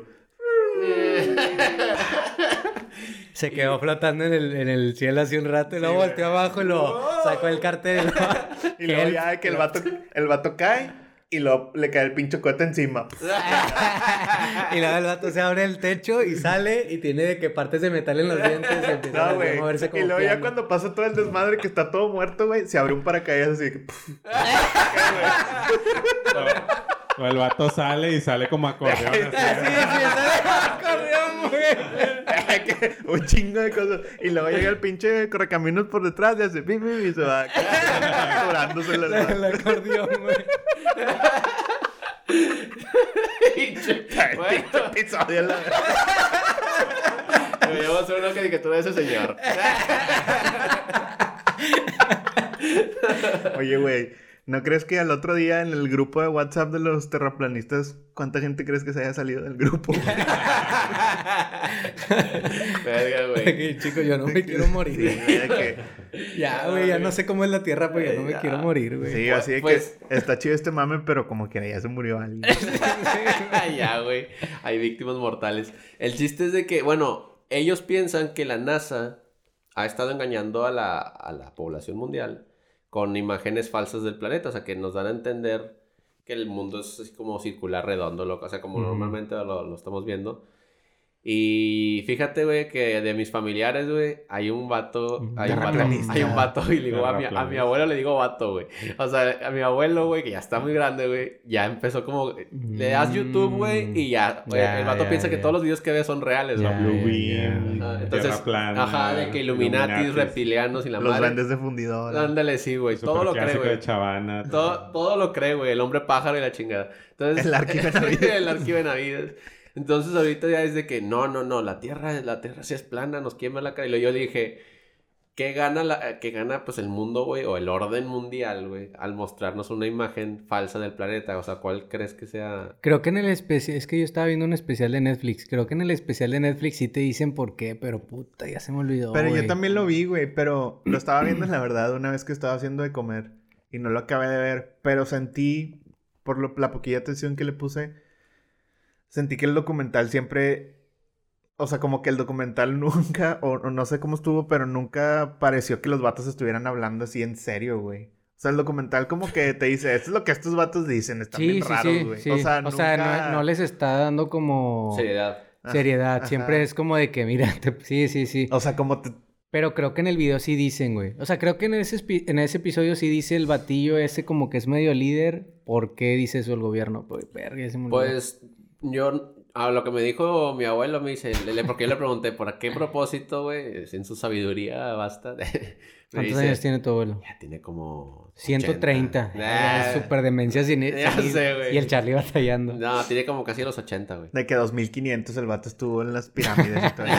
Se quedó flotando en el cielo hace un rato y luego volteó abajo y lo sacó el cartel. Y luego ya que el vato cae y luego le cae el pinche cohete encima. Y luego el vato se abre el techo y sale y tiene de que partes de metal en los dientes y empieza No, a güey. moverse como Y luego ya piano. cuando pasa todo el desmadre que está todo muerto, güey, se abre un paracaídas así que... pff, O el vato sale y sale como acordeón. Sí, así. sale acordeón, güey. un chingo de cosas. Y luego llega el pinche correcaminos por detrás y hace pim, pim, y se va curándose El acordeón, güey. Bueno, episodio. deberíamos hacer una caricatura de ese señor. Oye, güey, ¿no crees que al otro día en el grupo de WhatsApp de los terraplanistas, cuánta gente crees que se haya salido del grupo? Verga, güey. Chicos, yo no me quiero morir. Sí, güey, de que... Ya, güey, ya no sé cómo es la tierra, pero ya no me Ya. quiero morir, güey. Sí, así de Pues- que está chido este mame, pero como que ya se murió alguien. Ya, güey. Hay víctimas mortales. El chiste es de que, bueno, ellos piensan que la NASA ha estado engañando a la población mundial con imágenes falsas del planeta. O sea, que nos dan a entender que el mundo es así como circular, redondo, loco. O sea, como normalmente lo estamos viendo. Y fíjate, güey, que de mis familiares, güey, hay un vato, y le digo, a mi abuelo le digo vato, güey. O sea, a mi abuelo, güey, que ya está muy grande, güey, ya empezó como, le das YouTube, güey, y ya, güey, Ya, el vato ya, piensa que ya. todos los videos que ve son reales, Ya, güey. Blue ya, Beam, Ajá, Tierra entonces, plana. ajá, de que Illuminatis, reptilianos y la Los madre. grandes de fundidor. Ándale, sí, güey, todo lo cree, Superclásico güey. de Chavana. Todo lo cree, güey. El hombre pájaro y la chingada. Entonces, El Arqui Benavides. el Arqui Benavides. Entonces, ahorita ya es de que no. La tierra sí es plana, nos quema la cara. Y yo dije, ¿qué gana pues el mundo, güey? O el orden mundial, güey, al mostrarnos una imagen falsa del planeta. O sea, ¿cuál crees que sea? Creo que en el especial, es que yo estaba viendo un especial de Netflix. Creo que en el especial de Netflix sí te dicen por qué, pero puta, ya se me olvidó. Pero güey. yo también lo vi, güey, pero lo estaba viendo, la verdad, una vez que estaba haciendo de comer. y no lo acabé de ver, pero sentí, la poquilla atención que le puse, sentí que el documental siempre, o sea, como que el documental nunca, o no sé cómo estuvo, pero nunca pareció que los vatos estuvieran hablando así en serio, güey. O sea, el documental como que te dice, esto es lo que estos vatos dicen, están bien raros, güey. Sí. O sea, nunca... no les está dando como... Seriedad. Ajá. Siempre es como de que, mira, sí. O sea, como... Pero creo que en el video sí dicen, güey. O sea, creo que en ese episodio sí dice el batillo ese como que es medio líder. ¿Por qué dice eso el gobierno? Pues, verga, ya se me olvidó. Pues, yo... A lo que me dijo mi abuelo, me dice... Porque yo le pregunté, ¿por qué propósito, güey? En su sabiduría basta. ¿Cuántos años tiene tu abuelo? Ya tiene como... 130. Super demencia sin... Ya sé, güey. Y el Charlie batallando. No, tiene como casi los 80, güey. De que 2500 el vato estuvo en las pirámides y todo eso.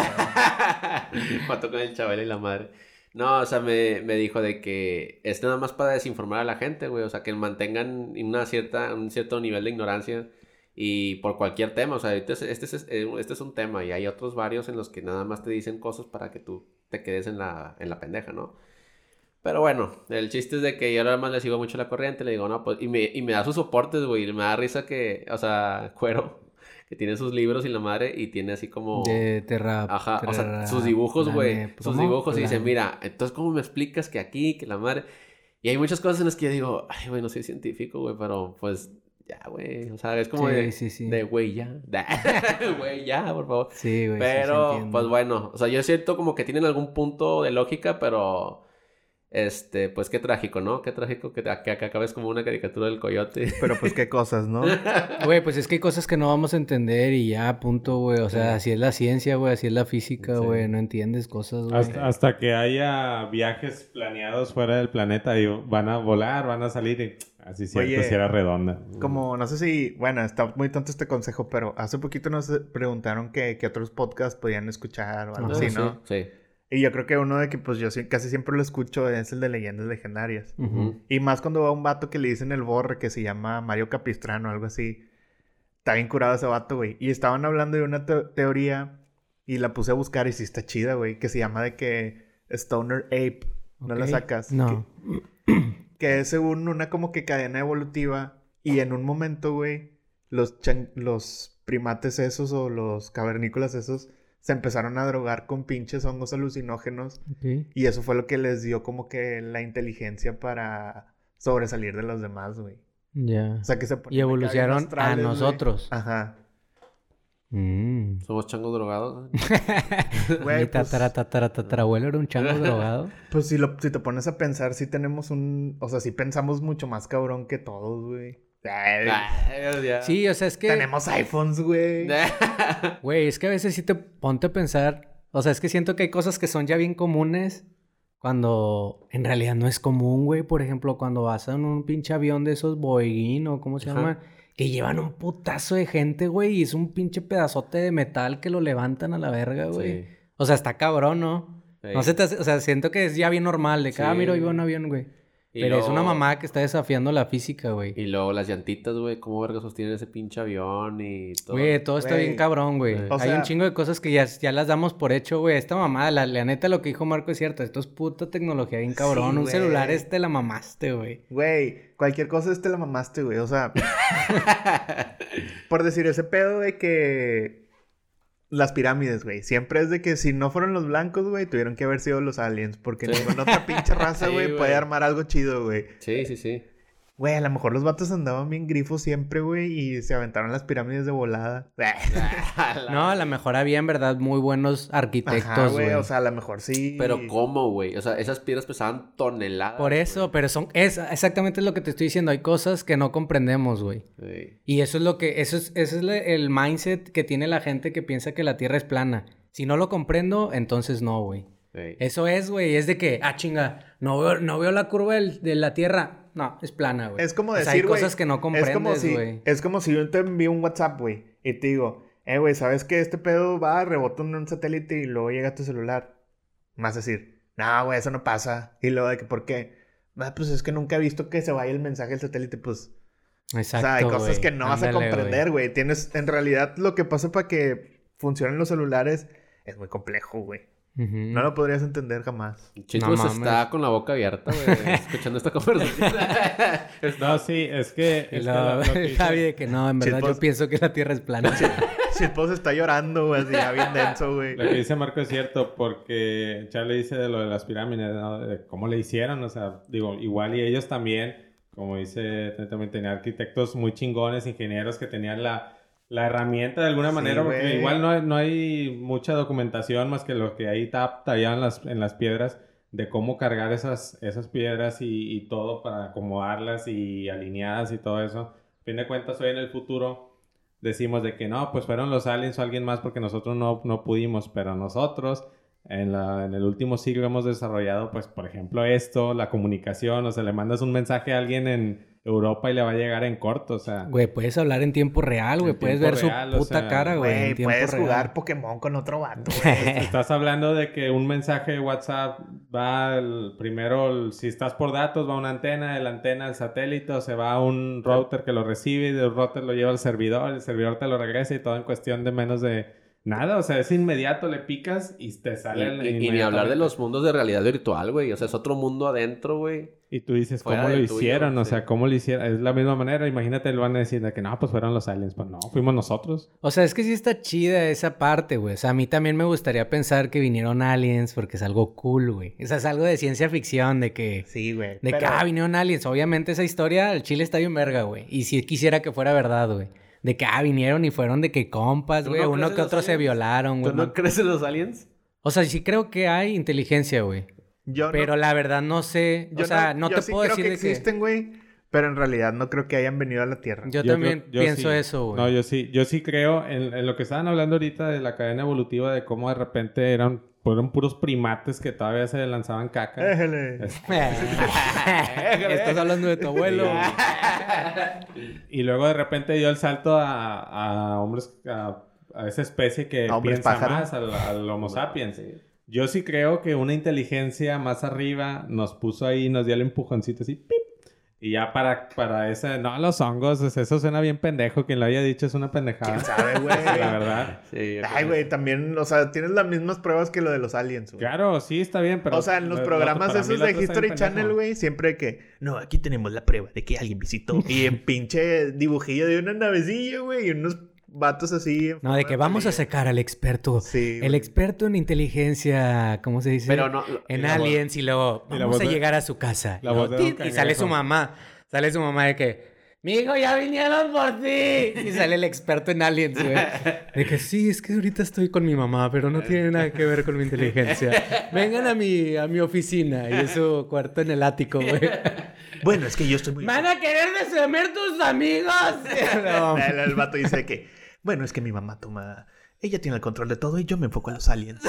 Mató con el Chabelo y la madre. No, o sea, me dijo de que es nada más para desinformar a la gente, güey. O sea, que mantengan un cierto nivel de ignorancia y por cualquier tema. O sea, este es un tema y hay otros varios en los que nada más te dicen cosas para que tú te quedes en la pendeja, ¿no? Pero bueno, el chiste es de que yo nada más le sigo mucho la corriente. Le digo, no, pues... Y me da sus soportes, güey. Me da risa que... O sea, Cuero... Que tiene sus libros y la madre, y tiene así como... De terra... Ajá, o sea, sus dibujos, güey. Sus dibujos, y dice, mira, entonces, ¿cómo me explicas que aquí, que la madre...? Y hay muchas cosas en las que yo digo, ay, güey, no soy científico, güey, pero pues, ya, güey. O sea, es como de, güey, ya. Güey, ya, por favor. Sí, güey. Pero, sí, pues bueno, o sea, yo siento como que tienen algún punto de lógica, pero... pues qué trágico, ¿no? Qué trágico que acabes como una caricatura del coyote. Pero pues qué cosas, ¿no? Güey, pues es que hay cosas que no vamos a entender y ya, punto, güey. O sea, así es la ciencia, güey, así es la física, güey. No entiendes cosas, güey. Hasta que haya viajes planeados fuera del planeta y van a volar, van a salir y... Así cierto, Oye, si era redonda. Como, no sé si... Bueno, está muy tonto este consejo, pero hace poquito nos preguntaron que otros podcasts podían escuchar o algo así, ¿no? Sí. Y yo creo que uno de que pues yo casi siempre lo escucho es el de Leyendas Legendarias. Uh-huh. Y más cuando va un vato que le dicen el Borre, que se llama Mario Capistrano o algo así. Está bien curado ese vato, güey. Y estaban hablando de una teoría y la puse a buscar y sí está chida, güey. Que se llama de que Stoner Ape. ¿No la sacas? No. Que es según una como que cadena evolutiva. Y en un momento, güey, los primates esos o los cavernícolas esos... se empezaron a drogar con pinches hongos alucinógenos. Okay. Y eso fue lo que les dio como que la inteligencia para sobresalir de los demás, güey. Ya. O sea, que se y evolucionaron a nosotros. Wey. Ajá. Somos changos drogados. Güey, mi tatarabuelo era un chango drogado. Pues si te pones a pensar, sí tenemos o sea, sí pensamos mucho más cabrón que todos, güey. Sí, o sea, es que... Tenemos iPhones, güey. Güey, es que a veces sí te ponte a pensar... O sea, es que siento que hay cosas que son ya bien comunes cuando en realidad no es común, güey. Por ejemplo, cuando vas en un pinche avión de esos Boeing o ¿cómo se llaman? Que llevan un putazo de gente, güey. Y es un pinche pedazote de metal que lo levantan a la verga, güey. Sí. O sea, está cabrón, ¿no? Sí. No se te hace... O sea, siento que es ya bien normal. De que, mira, iba un avión, güey. Pero luego, es una mamá que está desafiando la física, güey. Y luego las llantitas, güey. ¿Cómo verga sostienen ese pinche avión y todo? Güey, todo está bien cabrón, güey. Hay un chingo de cosas que ya las damos por hecho, güey. Esta mamada, la neta, lo que dijo Marco es cierto. Esto es puta tecnología bien cabrón. Sí, un celular te la mamaste, güey. Güey, cualquier cosa te la mamaste, güey. O sea... por decir ese pedo de que... Las pirámides, güey. Siempre es de que si no fueron los blancos, güey, tuvieron que haber sido los aliens. Porque ninguna otra pinche raza, güey, puede armar algo chido, güey. Sí. Güey, a lo mejor los vatos andaban bien grifos siempre, güey, y se aventaron las pirámides de volada. No, a lo mejor había en verdad muy buenos arquitectos, güey. O sea, a lo mejor sí. Pero ¿cómo, güey? O sea, esas piedras pesaban toneladas. Por eso, pero es exactamente lo que te estoy diciendo. Hay cosas que no comprendemos, güey. Sí. Y eso es lo que... Eso es el mindset que tiene la gente que piensa que la Tierra es plana. Si no lo comprendo, entonces no, güey. Sí. Eso es, güey. Es de que, chinga, no veo la curva de la Tierra. No, es plana, güey. Es como decir, hay cosas que no comprendes, güey. Es como si yo te envío un WhatsApp, güey, y te digo, güey, ¿sabes que este pedo va, rebota en un satélite y luego llega a tu celular? Me vas a decir, no, güey, eso no pasa. Y luego de que, ¿por qué? Pues es que nunca he visto que se vaya el mensaje del satélite, pues... Exacto, o sea, hay cosas que no vas a comprender, güey. En realidad, lo que pasa para que funcionen los celulares es muy complejo, güey. No lo podrías entender jamás. Chicos, No está mames. con la boca abierta, güey, escuchando esta conversación. No, sí, es que... Y es que lo- lo que Javi dice- de que no, en verdad Chilpos. yo pienso que la Tierra es plana. Chilpos está llorando, güey, así ya bien denso, güey. Lo que dice Marco es cierto, porque Charlie dice de lo de las pirámides, ¿no? De cómo le hicieron, o sea, digo, igual y ellos también, como dice, también tenían arquitectos muy chingones, ingenieros que tenían la herramienta de alguna Sí, manera, porque güey. igual no hay mucha documentación más que lo que ahí tallaban en las piedras, de cómo cargar esas piedras y todo para acomodarlas y alineadas y todo eso. A fin de cuentas, hoy en el futuro decimos de que no, pues fueron los aliens o alguien más porque nosotros no pudimos, pero nosotros en el último siglo hemos desarrollado, pues, por ejemplo, esto, la comunicación, o sea, le mandas un mensaje a alguien en Europa y le va a llegar en corto, o sea... Güey, puedes hablar en tiempo real, güey. En Puedes tiempo ver real, su o puta sea, cara, güey. En Güey, tiempo puedes real. jugar Pokémon con otro vato, güey. Estás hablando de que un mensaje de WhatsApp va primero, si estás por datos, va a una antena, de la antena al satélite, o se va a un router que lo recibe y del router lo lleva al servidor, el servidor te lo regresa y todo en cuestión de menos de nada, o sea, es inmediato, le picas y te sale Y ni hablar de inmediatamente. los mundos de realidad virtual, güey. O sea, es otro mundo adentro, güey. Y tú dices, Fuera ¿cómo lo del tuyo, hicieron? O sí. sea, ¿cómo lo hicieron? Es la misma manera. Imagínate, le van a decir de que no, pues fueron los aliens. Pues no, fuimos nosotros. O sea, es que sí está chida esa parte, güey. O sea, a mí también me gustaría pensar que vinieron aliens porque es algo cool, güey. O sea, es algo de ciencia ficción, de que... Sí, güey. De que, vinieron aliens. Obviamente esa historia, el Chile está bien verga, güey. Y si quisiera que fuera verdad, güey. De que, vinieron y fueron de que compas, ¿Tú güey. no Uno crees que en otro los se aliens? violaron, ¿Tú güey. no crees en los aliens? O sea, sí creo que hay inteligencia, güey. Yo Pero la verdad no sé. O sea, no yo te sí puedo creo decir que de existen, güey. Pero en realidad no creo que hayan venido a la Tierra. Yo Yo también creo- yo pienso sí. eso, güey. No, yo sí creo en lo que estaban hablando ahorita de la cadena evolutiva, de cómo de repente eran puros primates que todavía se lanzaban caca. Déjale. Estás hablando de tu abuelo. Y luego de repente dio el salto a hombres, a esa especie que A hombres piensa pájaro. más, al Homo sapiens. Yo sí creo que una inteligencia más arriba nos puso ahí, nos dio el empujoncito así, ¡pip! Y ya para ese... No, los hongos, eso suena bien pendejo. Quien lo haya dicho es una pendejada. ¿Quién sabe, güey? La verdad. Sí. Ay, güey, también, o sea, tienes las mismas pruebas que lo de los aliens, güey. Claro, sí, está bien, pero... O sea, en los lo- programas para mí esos lo de otro está bien History Channel, pendejo. güey, siempre que... No, aquí tenemos la prueba de que alguien visitó. Y en pinche dibujillo de una navecilla, güey, y unos vatos así... en No, de forma que vamos a palillo. sacar al experto. Sí, El güey. experto en inteligencia, ¿cómo se dice? Pero no... En y la voz- aliens y luego y la vamos voz a de- llegar a su casa. la Y voz luego, de un ¡tit! Y sale su cangrejo. mamá. Sale su mamá de que... Mijo, ya vinieron por ti. Y sale el experto en aliens, güey. De que sí, es que ahorita estoy con mi mamá, pero no tiene nada que ver con mi inteligencia. Vengan a mi oficina. Y es su cuarto en el ático, güey. Bueno, es que yo estoy muy... ¡Van a querer descender tus amigos! No. El vato dice que... Bueno, es que mi mamá toma... Ella tiene el control de todo y yo me enfoco en los aliens.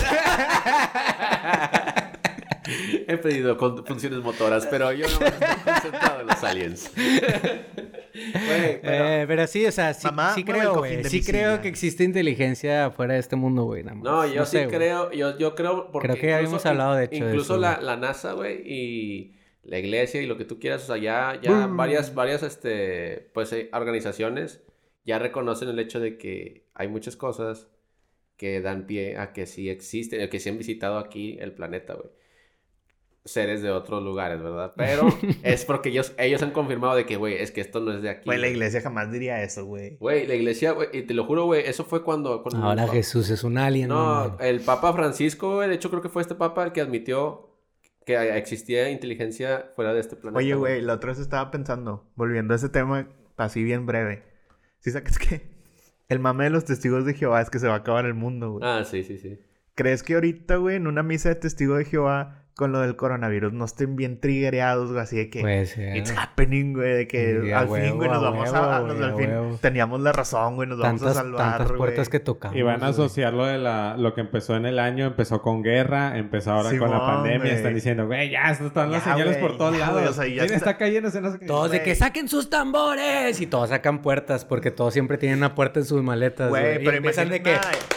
He pedido con funciones motoras, pero yo no me estoy concentrado en los aliens. Güey, Pero sí, o sea, sí, Mamá, sí mueve el creo, cojín güey. de Sí mi creo silla. que existe inteligencia fuera de este mundo, güey. nada más. No, yo sí sé, güey. creo, yo creo porque Creo que ya habíamos hablado, de hecho, de incluso eso, la, güey. la NASA, güey, y la iglesia y lo que tú quieras, o sea, ya varias, pues, organizaciones ya reconocen el hecho de que hay muchas cosas que dan pie a que sí existen, que sí han visitado aquí el planeta, güey. Seres de otros lugares, ¿verdad? Pero es porque ellos han confirmado de que, güey, es que esto no es de aquí. Güey, la güey. iglesia jamás diría eso, güey. Güey, la iglesia, güey, y te lo juro, güey, eso fue cuando Ahora Jesús es un alien, no, mamá. el Papa Francisco, güey, de hecho creo que fue este Papa el que admitió que existía inteligencia fuera de este planeta. Oye, güey, la otra vez estaba pensando, volviendo a ese tema, así bien breve. ¿Sí sacas que el mame de los testigos de Jehová es que se va a acabar el mundo, güey? Ah, sí, sí, sí. ¿Crees que ahorita, güey, en una misa de testigos de Jehová con lo del coronavirus no estén bien triggereados, güey? Así de que... Puede ser. It's happening, güey, de que Sí, a al fin, huevo, güey, nos a vamos huevo, a... güey, al a fin huevo. teníamos la razón, güey, nos vamos a salvar, tantas puertas güey. que tocamos. Y van a güey. asociar lo que empezó en el año, empezó con guerra, empezó ahora con la Simón, pandemia. güey. Están diciendo, güey, ya están las Ya, señales güey, por todos ya, lados. güey, o sea, ya Mira, está- está cayéndose, no sé qué. Todos de que Güey. saquen sus tambores. Y todos sacan puertas porque todos siempre tienen una puerta en sus maletas, güey. Güey, Y pero empiezan de que...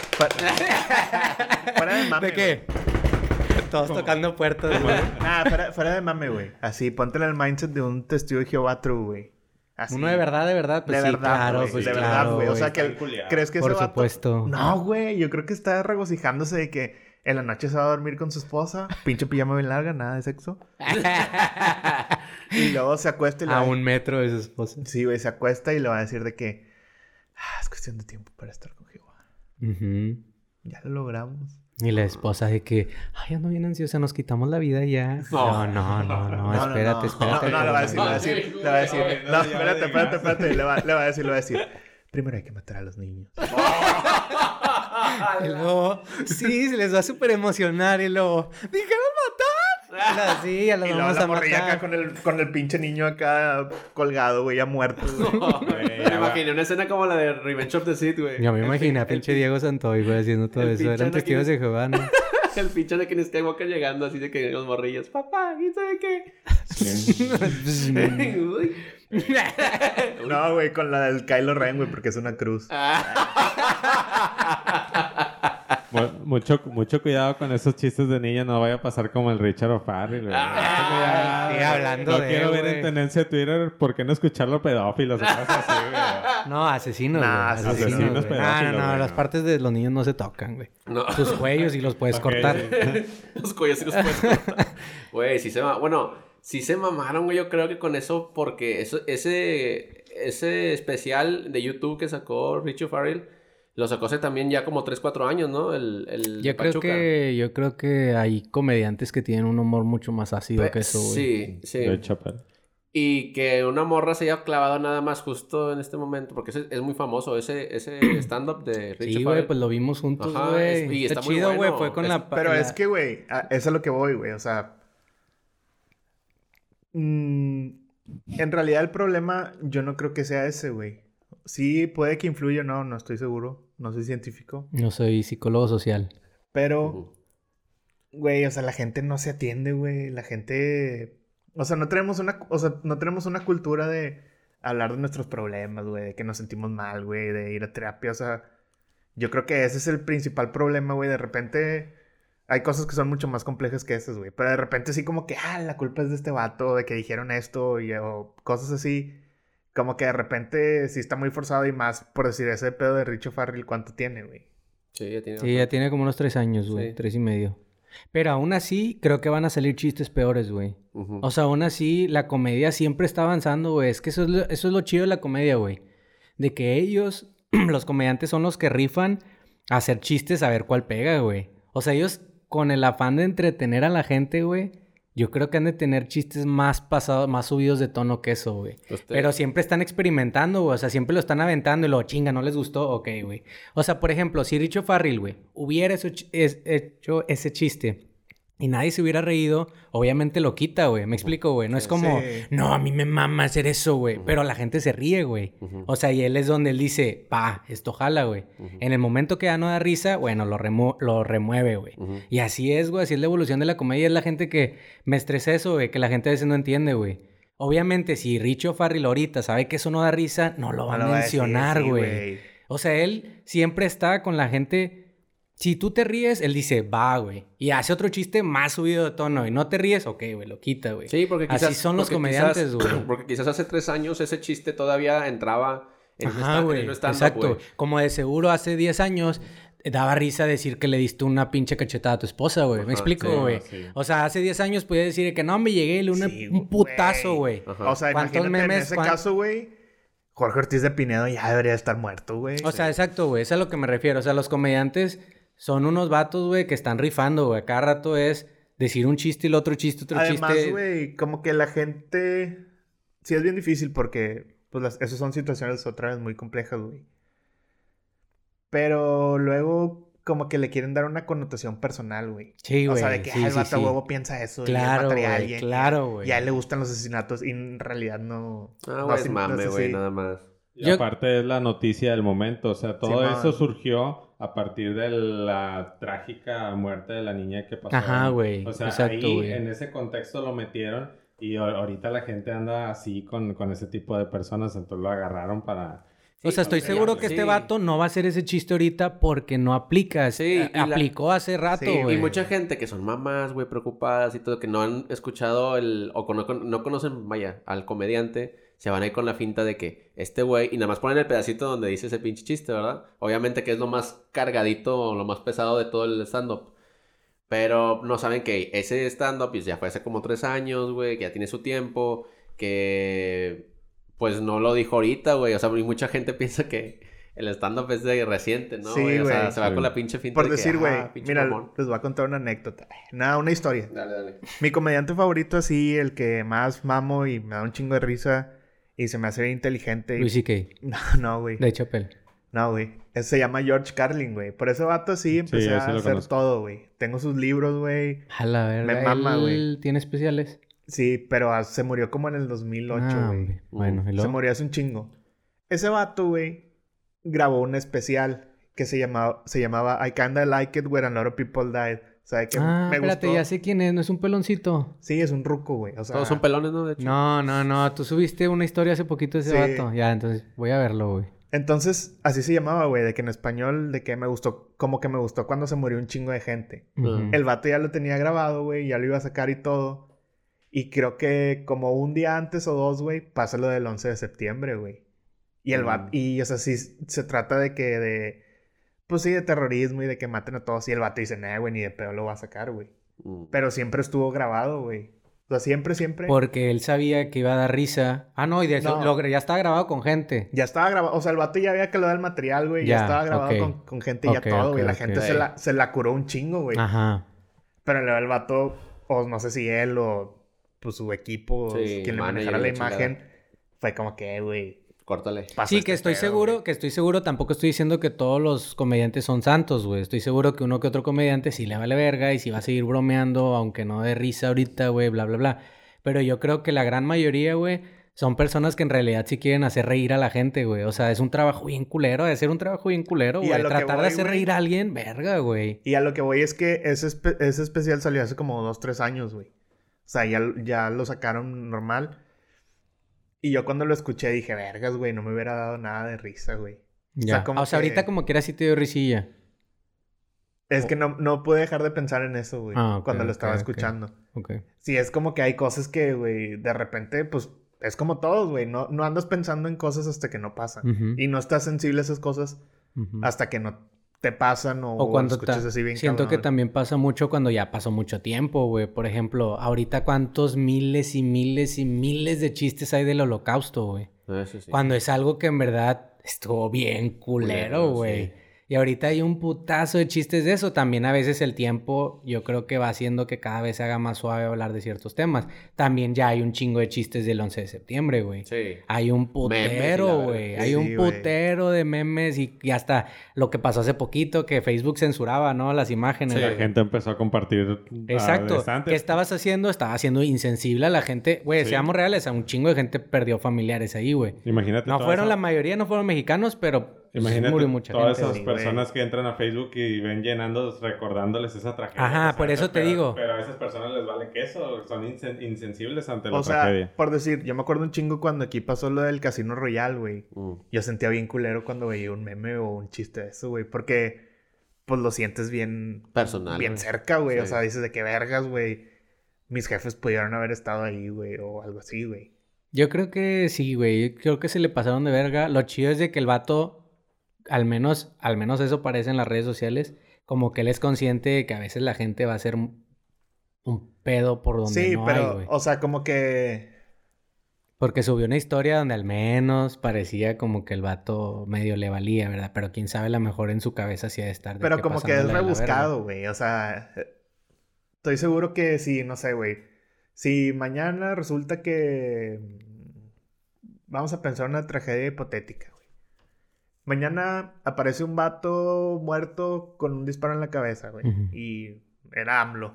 Fuera de mame, ¿De qué? Todos tocando puertas, güey. Nah, fuera de mame, güey. Así, ponte en el mindset de un testigo de Jehová true, güey. Así. Uno de verdad, pues de sí, verdad, claro, güey, pues de claro, verdad, güey. O sea, está que bien culiado. ¿crees que Por ese vato... supuesto. No, güey, yo creo que está regocijándose de que En la noche se va a dormir con su esposa. Pinche pijama bien larga, nada de sexo. Y luego se acuesta y le A va... 1 metro de su esposa. Sí, güey, se acuesta y le va a decir de que... es cuestión de tiempo para estar con Jehová. Ujú. Ya lo logramos. Y la esposa de que, ay, ando bien ansiosa, nos quitamos la vida ya. No, espérate. No, le va a decir. No, espérate. Le va a decir. Primero hay que matar a los niños. Y luego, sí, se les va a súper emocionar. Y luego, ¿dijeron matar? Sí, ya los Y luego vamos la a morrilla matar. acá con el pinche niño acá colgado, güey, ya muerto, güey. Me imaginé una escena como la de Revenge of the Sith, güey. Yo me imaginé a pinche Diego Santoy, güey, haciendo todo el eso. pinche Eran testigos de Jehová, ¿no? El pinche de Anakin Skywalker llegando así de que los morrillos. Papá, ¿quién sabe qué? Uy. No, güey, con la del Kylo Ren, güey, porque es una cruz. Mucho cuidado con esos chistes de niña. No vaya a pasar como el Richard O'Farrell. Sí, hablando no de, quiero ver güey. en tendencia de Twitter. ¿Por qué no escucharlo pedófilos o cosas así, güey? No, asesinos, güey. Nah, Asesinos, asesinos güey. pedófilos, No, güey, las no. partes de los niños no se tocan, güey. No. Sus cuellos y los puedes Ok, cortar. sí. Los cuellos sí los puedes cortar. Güey, sí se mamaron, güey, yo creo que con eso, porque ese especial de YouTube que sacó Richie Farrell, lo sacó hace también ya como 3-4 años, ¿no? El Yo creo que hay comediantes que tienen un humor mucho más ácido que eso, güey. Sí. De hecho, pero... Y que una morra se haya clavado nada más justo en este momento, porque es muy famoso ese stand-up de Richie Sí, Farrell. güey, pues lo vimos juntos, Ajá, güey. y Está está muy chido, güey. bueno. Fue con Pero es que, güey, eso es a lo que voy, güey. O sea... en realidad el problema yo no creo que sea ese, güey. Sí, puede que influya o no estoy seguro. No soy científico. No soy psicólogo social. Pero, Ujú. güey, o sea, la gente no se atiende, güey. La gente... O sea, no tenemos una cultura de hablar de nuestros problemas, güey. De que nos sentimos mal, güey. De ir a terapia. O sea, yo creo que ese es el principal problema, güey. De repente... Hay cosas que son mucho más complejas que esas, güey. Pero de repente sí como que... la culpa es de este vato. De que dijeron esto. O cosas así. Como que de repente sí está muy forzado. Y más, por decir, ese pedo de Richie Farrell, ¿cuánto tiene, güey? Sí, ya tiene. Sí, ya tiene como unos 3 años, güey. Sí. 3 y medio. Pero aún así, creo que van a salir chistes peores, güey. Ujú. O sea, aún así, la comedia siempre está avanzando, güey. Es que eso es lo chido de la comedia, güey. De que ellos, los comediantes, son los que rifan a hacer chistes a ver cuál pega, güey. O sea, ellos, con el afán de entretener a la gente, güey, yo creo que han de tener chistes más pasados, más subidos de tono que eso, güey. Pero siempre están experimentando, güey. O sea, siempre lo están aventando y luego, chinga, ¿no les gustó? Ok, güey. O sea, por ejemplo, si Richie Farrell, güey, hubiera hecho ese chiste y nadie se hubiera reído, obviamente lo quita, güey. Me explico, güey. No es como, Sí. no, a mí me mama hacer eso, güey. Pero la gente se ríe, güey. O sea, y él es donde él dice, esto jala, güey. En el momento que ya no da risa, bueno, lo remueve, güey. Y así es, güey. Así es la evolución de la comedia. Es la gente que me estresa eso, güey. Que la gente a veces no entiende, güey. Obviamente, si Richie Farrell ahorita sabe que eso no da risa, no lo va No a lo va a decir, mencionar, sí, güey. O sea, él siempre está con la gente... Si tú te ríes, él dice, va, güey. Y hace otro chiste más subido de tono. Y no te ríes, ok, güey, lo quita, güey. Sí, porque quizás... Así son los porque comediantes, quizás- güey. Porque quizás hace 3 años ese chiste todavía entraba en Ajá, güey. Exacto. Como de seguro hace 10 años daba risa decir que le diste una pinche cachetada a tu esposa, güey. ¿Me explico, sí, güey? sí. O sea, hace 10 años podía decir que no, me llegué y le Sí, un putazo, güey. Ajá. O sea, ¿Cuántos imagínate en memes, ese cuán- caso, güey. Jorge Ortiz de Pinedo ya debería estar muerto, güey. O sea, exacto, güey. Es a lo que me refiero. O sea, los comediantes son unos vatos, güey, que están rifando, güey. Cada rato es decir un chiste y el otro chiste, otro Además, chiste. güey, como que la gente... Sí, es bien difícil porque... Pues esas son situaciones otra vez muy complejas, güey. Pero luego como que le quieren dar una connotación personal, güey. Sí, O güey. sea, de que sí, el sí, vato sí. huevo piensa eso. Claro, y mataría a güey, alguien. claro, güey. Y a él le gustan los asesinatos y en realidad no... Ah, no güey, es- es no mame, es güey, así. nada más. Y Yo- aparte es la noticia del momento. O sea, todo Simón. eso surgió a partir de la trágica muerte de la niña que pasó. Ajá, güey. O sea, Exacto, ahí güey. en ese contexto lo metieron y ahorita la gente anda así con ese tipo de personas. Entonces lo agarraron para... O sea, estoy Sí, seguro que este sí. vato no va a hacer ese chiste ahorita porque no aplica. Sí, y la- aplicó hace rato, Sí, güey. Y mucha gente que son mamás, güey, preocupadas y todo, que no han escuchado no conocen, vaya, al comediante, se van a ir con la finta de que este güey, y nada más ponen el pedacito donde dice ese pinche chiste, ¿verdad? Obviamente que es lo más cargadito, lo más pesado de todo el stand-up. Pero no saben que ese stand-up pues, ya fue hace como 3 años, güey, que ya tiene su tiempo, que pues no lo dijo ahorita, güey. O sea, y mucha gente piensa que el stand-up es de reciente, ¿no, Sí, güey? O sea, güey. se va Sí. con la pinche finta Por de que, decir, güey, pinche mira, mamón. les voy a contar una anécdota. Nada, una historia. Dale, dale. Mi comediante favorito así, el que más mamo y me da un chingo de risa y se me hace bien inteligente. Luis C.K. No, güey. De Chappelle. No, güey. Ese se llama George Carlin, güey. Por ese vato sí empecé yo a sí lo hacer conozco. todo, güey. Tengo sus libros, güey. A la verga. Me mama, güey. ¿Él tiene especiales? Sí, pero se murió como en el 2008, Ah, güey. hombre. Bueno, ¿y Se luego? murió hace un chingo. Ese vato, güey, grabó un especial que se llamaba I Kinda Like It When a Lot of People Died. O sea, que Ah, me espérate, gustó. ya sé quién es. ¿No es un peloncito? Sí, es un ruco, güey. O sea, Todos son pelones, ¿no? De hecho. No. Tú subiste una historia hace poquito de ese Sí. vato. Ya, entonces voy a verlo, güey. Entonces, así se llamaba, güey. De que en español, de que me gustó... Como que me gustó cuando se murió un chingo de gente. Ujú. El vato ya lo tenía grabado, güey. Ya lo iba a sacar y todo. Y creo que como un día antes o dos, güey, pasa lo del 11 de septiembre, güey. Y el vato... Y, o sea, sí se trata de que pues sí, de terrorismo y de que maten a todos. Y el vato dice, nah, güey, ni de pedo lo va a sacar, güey. Pero siempre estuvo grabado, güey. O sea, siempre... Porque él sabía que iba a dar risa. Ah, no, y de eso No. ya estaba grabado con gente. Ya estaba grabado. O sea, el vato ya había calado el material, güey. Ya Ya, estaba grabado ok. con gente y ya Ok, todo, ok, güey. La ok. gente se la curó un chingo, güey. Ajá. Pero luego el vato, o no sé si él o pues su equipo, Sí, quien le manager manejara y la la chingada. imagen, fue como que, güey, Córtale. pasó Sí, este que estoy pedo, seguro, güey. tampoco estoy diciendo que todos los comediantes son santos, güey. Estoy seguro que uno que otro comediante sí le vale verga y sí va a seguir bromeando, aunque no dé risa ahorita, güey, bla, bla, bla. Pero yo creo que la gran mayoría, güey, son personas que en realidad sí quieren hacer reír a la gente, güey. O sea, es un trabajo bien culero, de hacer un trabajo bien culero, Y a güey. lo que Tratar de voy, hacer güey. reír a alguien, verga, güey. Y a lo que voy es que ese especial salió hace como 2-3 años, güey. O sea, ya lo sacaron normal. Y yo cuando lo escuché dije, vergas, güey, no me hubiera dado nada de risa, güey. Ya. como O sea, que- ahorita como que era así te dio risilla. Es que no pude dejar de pensar en eso, güey, Ah, ok, cuando lo ok, estaba ok. escuchando. Ok. Sí, es como que hay cosas que, güey, de repente, pues, es como todos, güey. No andas pensando en cosas hasta que no pasan. Ujú. Y no estás sensible a esas cosas Ujú. hasta que no te pasan o, O cuando escuchas así bien siento que cabrón. también pasa mucho cuando ya pasó mucho tiempo, güey. Por ejemplo, ahorita cuántos miles y miles y miles de chistes hay del holocausto, güey. Eso sí. Cuando es algo que en verdad estuvo bien culero, Culero, güey. sí. Y ahorita hay un putazo de chistes de eso. También a veces el tiempo yo creo que va haciendo que cada vez se haga más suave hablar de ciertos temas. También ya hay un chingo de chistes del 11 de septiembre, güey. Sí. Hay un Memes y la putero, verga. güey. Hay Sí, un güey. putero de memes y hasta lo que pasó hace poquito que Facebook censuraba, ¿no? Las imágenes. Sí. La gente empezó a compartir. Exacto. estantes. ¿Qué estabas haciendo? Estaba haciendo insensible a la gente. Güey, Sí. seamos reales, a un chingo de gente perdió familiares ahí, güey. Imagínate. No toda fueron esa- la mayoría, no fueron mexicanos, pero sí Imagínate murió mucha todas gente. esas Sí, güey. personas que entran a Facebook y ven llenando, recordándoles esa tragedia. Ajá, O sea, por eso te pero- digo. Pero a esas personas les vale queso, son insensibles ante la O sea, tragedia. por decir, yo me acuerdo un chingo cuando aquí pasó lo del Casino Royal, güey. Mm. Yo sentía bien culero cuando veía un meme o un chiste de eso, güey. Porque, pues, lo sientes bien... Personal, Bien güey. cerca, güey. O Sí. sea, dices de qué vergas, güey. Mis jefes pudieron haber estado ahí, güey. O algo así, güey. Yo creo que sí, güey. Yo creo que se le pasaron de verga. Lo chido es de que el vato, al menos eso parece en las redes sociales, como que él es consciente de que a veces la gente va a hacer un pedo por donde Sí, no pero, hay, güey. o sea, como que... Porque subió una historia donde al menos parecía como que el vato medio le valía, ¿verdad? Pero quién sabe, a lo mejor en su cabeza sí ha de estar. de Pero como que es pasándola de la verga. rebuscado, güey. O sea, estoy seguro que sí, no sé, güey. Si mañana resulta que... Vamos a pensar una tragedia hipotética, güey. Mañana aparece un vato muerto con un disparo en la cabeza, güey. Ujú. Y era AMLO.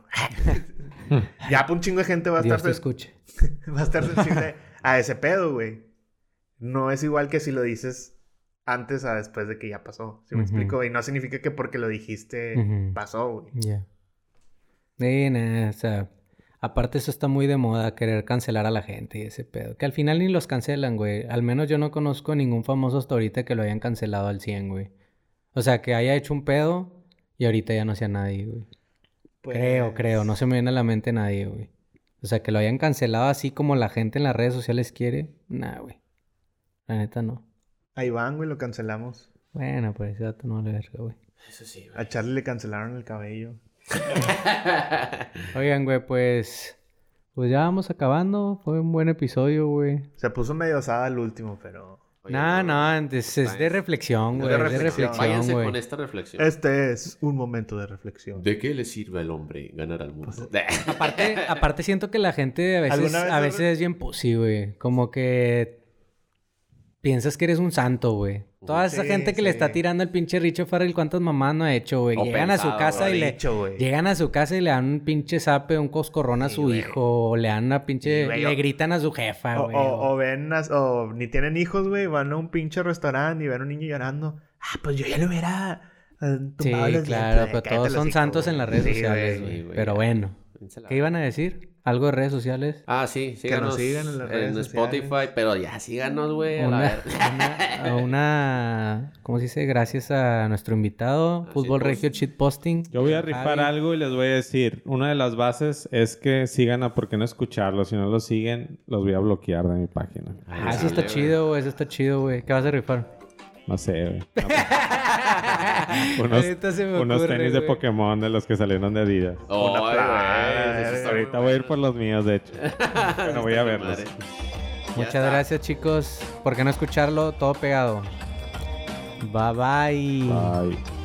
Ya, pues un chingo de gente va a Dios te estar... escuche. Va a estar sensible a ese pedo, güey. No es igual que si lo dices antes a después de que ya pasó. ¿Sí me Ujú. explico? Y no significa que porque lo dijiste Ujú. pasó, güey. Ya. Nah, o sea, aparte eso está muy de moda, querer cancelar a la gente y ese pedo. Que al final ni los cancelan, güey. Al menos yo no conozco ningún famoso hasta ahorita que lo hayan cancelado al 100, güey. O sea, que haya hecho un pedo y ahorita ya no sea nadie, güey. Pues, Creo. No se me viene a la mente nadie, güey. O sea, que lo hayan cancelado así como la gente en las redes sociales quiere. Nah, güey. La neta no. A Iván, güey, lo cancelamos. Bueno, pues ese dato no le verga, güey. Eso sí, güey. A Charlie le cancelaron el cabello. Oigan, güey, pues ya vamos acabando. Fue un buen episodio, güey. Se puso medio osada el último, pero... Oye, No, es de reflexión, güey. de Es de reflexión. reflexión, Váyanse güey. con esta reflexión. Este es un momento de reflexión. ¿De qué le sirve al hombre ganar al mundo? Aparte siento que la gente ¿Alguna vez a veces es bien pussy, güey. Como que piensas que eres un santo, güey. Toda esa Sí, gente que le sí. está tirando al pinche Richo Farrell, ¿cuántas mamás no ha hecho, güey? O Llegan a su pensado, casa lo y dicho, güey. llegan a su casa y le dan un pinche zape, un coscorrón a Sí, su güey. hijo, o le dan una pinche, Sí, güey, le gritan a su jefa, güey. O ni tienen hijos, güey, van a un pinche restaurante y ven a un niño llorando. Ah, pues yo ya le hubiera tumbado Sí, los claro, dientes, pero cállate todos el son hocico, santos güey. en las redes Sí, sociales, güey. güey. güey, Pero ya. bueno. Piénsela. ¿Qué iban a decir? ¿Algo de redes sociales? Ah, sí, síganos. nos sigan en las redes Spotify, sociales. pero ya síganos, güey. a la verga. ¿Cómo se dice? Gracias a nuestro invitado, Así Fútbol pues. Regio Shitposting. Yo voy a rifar Javi. algo y les voy a decir. Una de las bases es que sigan a Por qué no escucharlo. Si no lo siguen, los voy a bloquear de mi página. Ah, eso está chido, güey. Eso está chido, güey. ¿Qué vas a rifar? No sé, güey. unos Ahorita se me unos ocurre, tenis de güey. Pokémon de los que salieron de Adidas. Ay, güey, plana, eso está Ahorita muy voy a ir bueno. por los míos, de hecho. Bueno, voy a Está verlos. madre. Ya Muchas está. gracias, chicos. ¿Por qué no escucharlo? Todo pegado. Bye bye. Bye.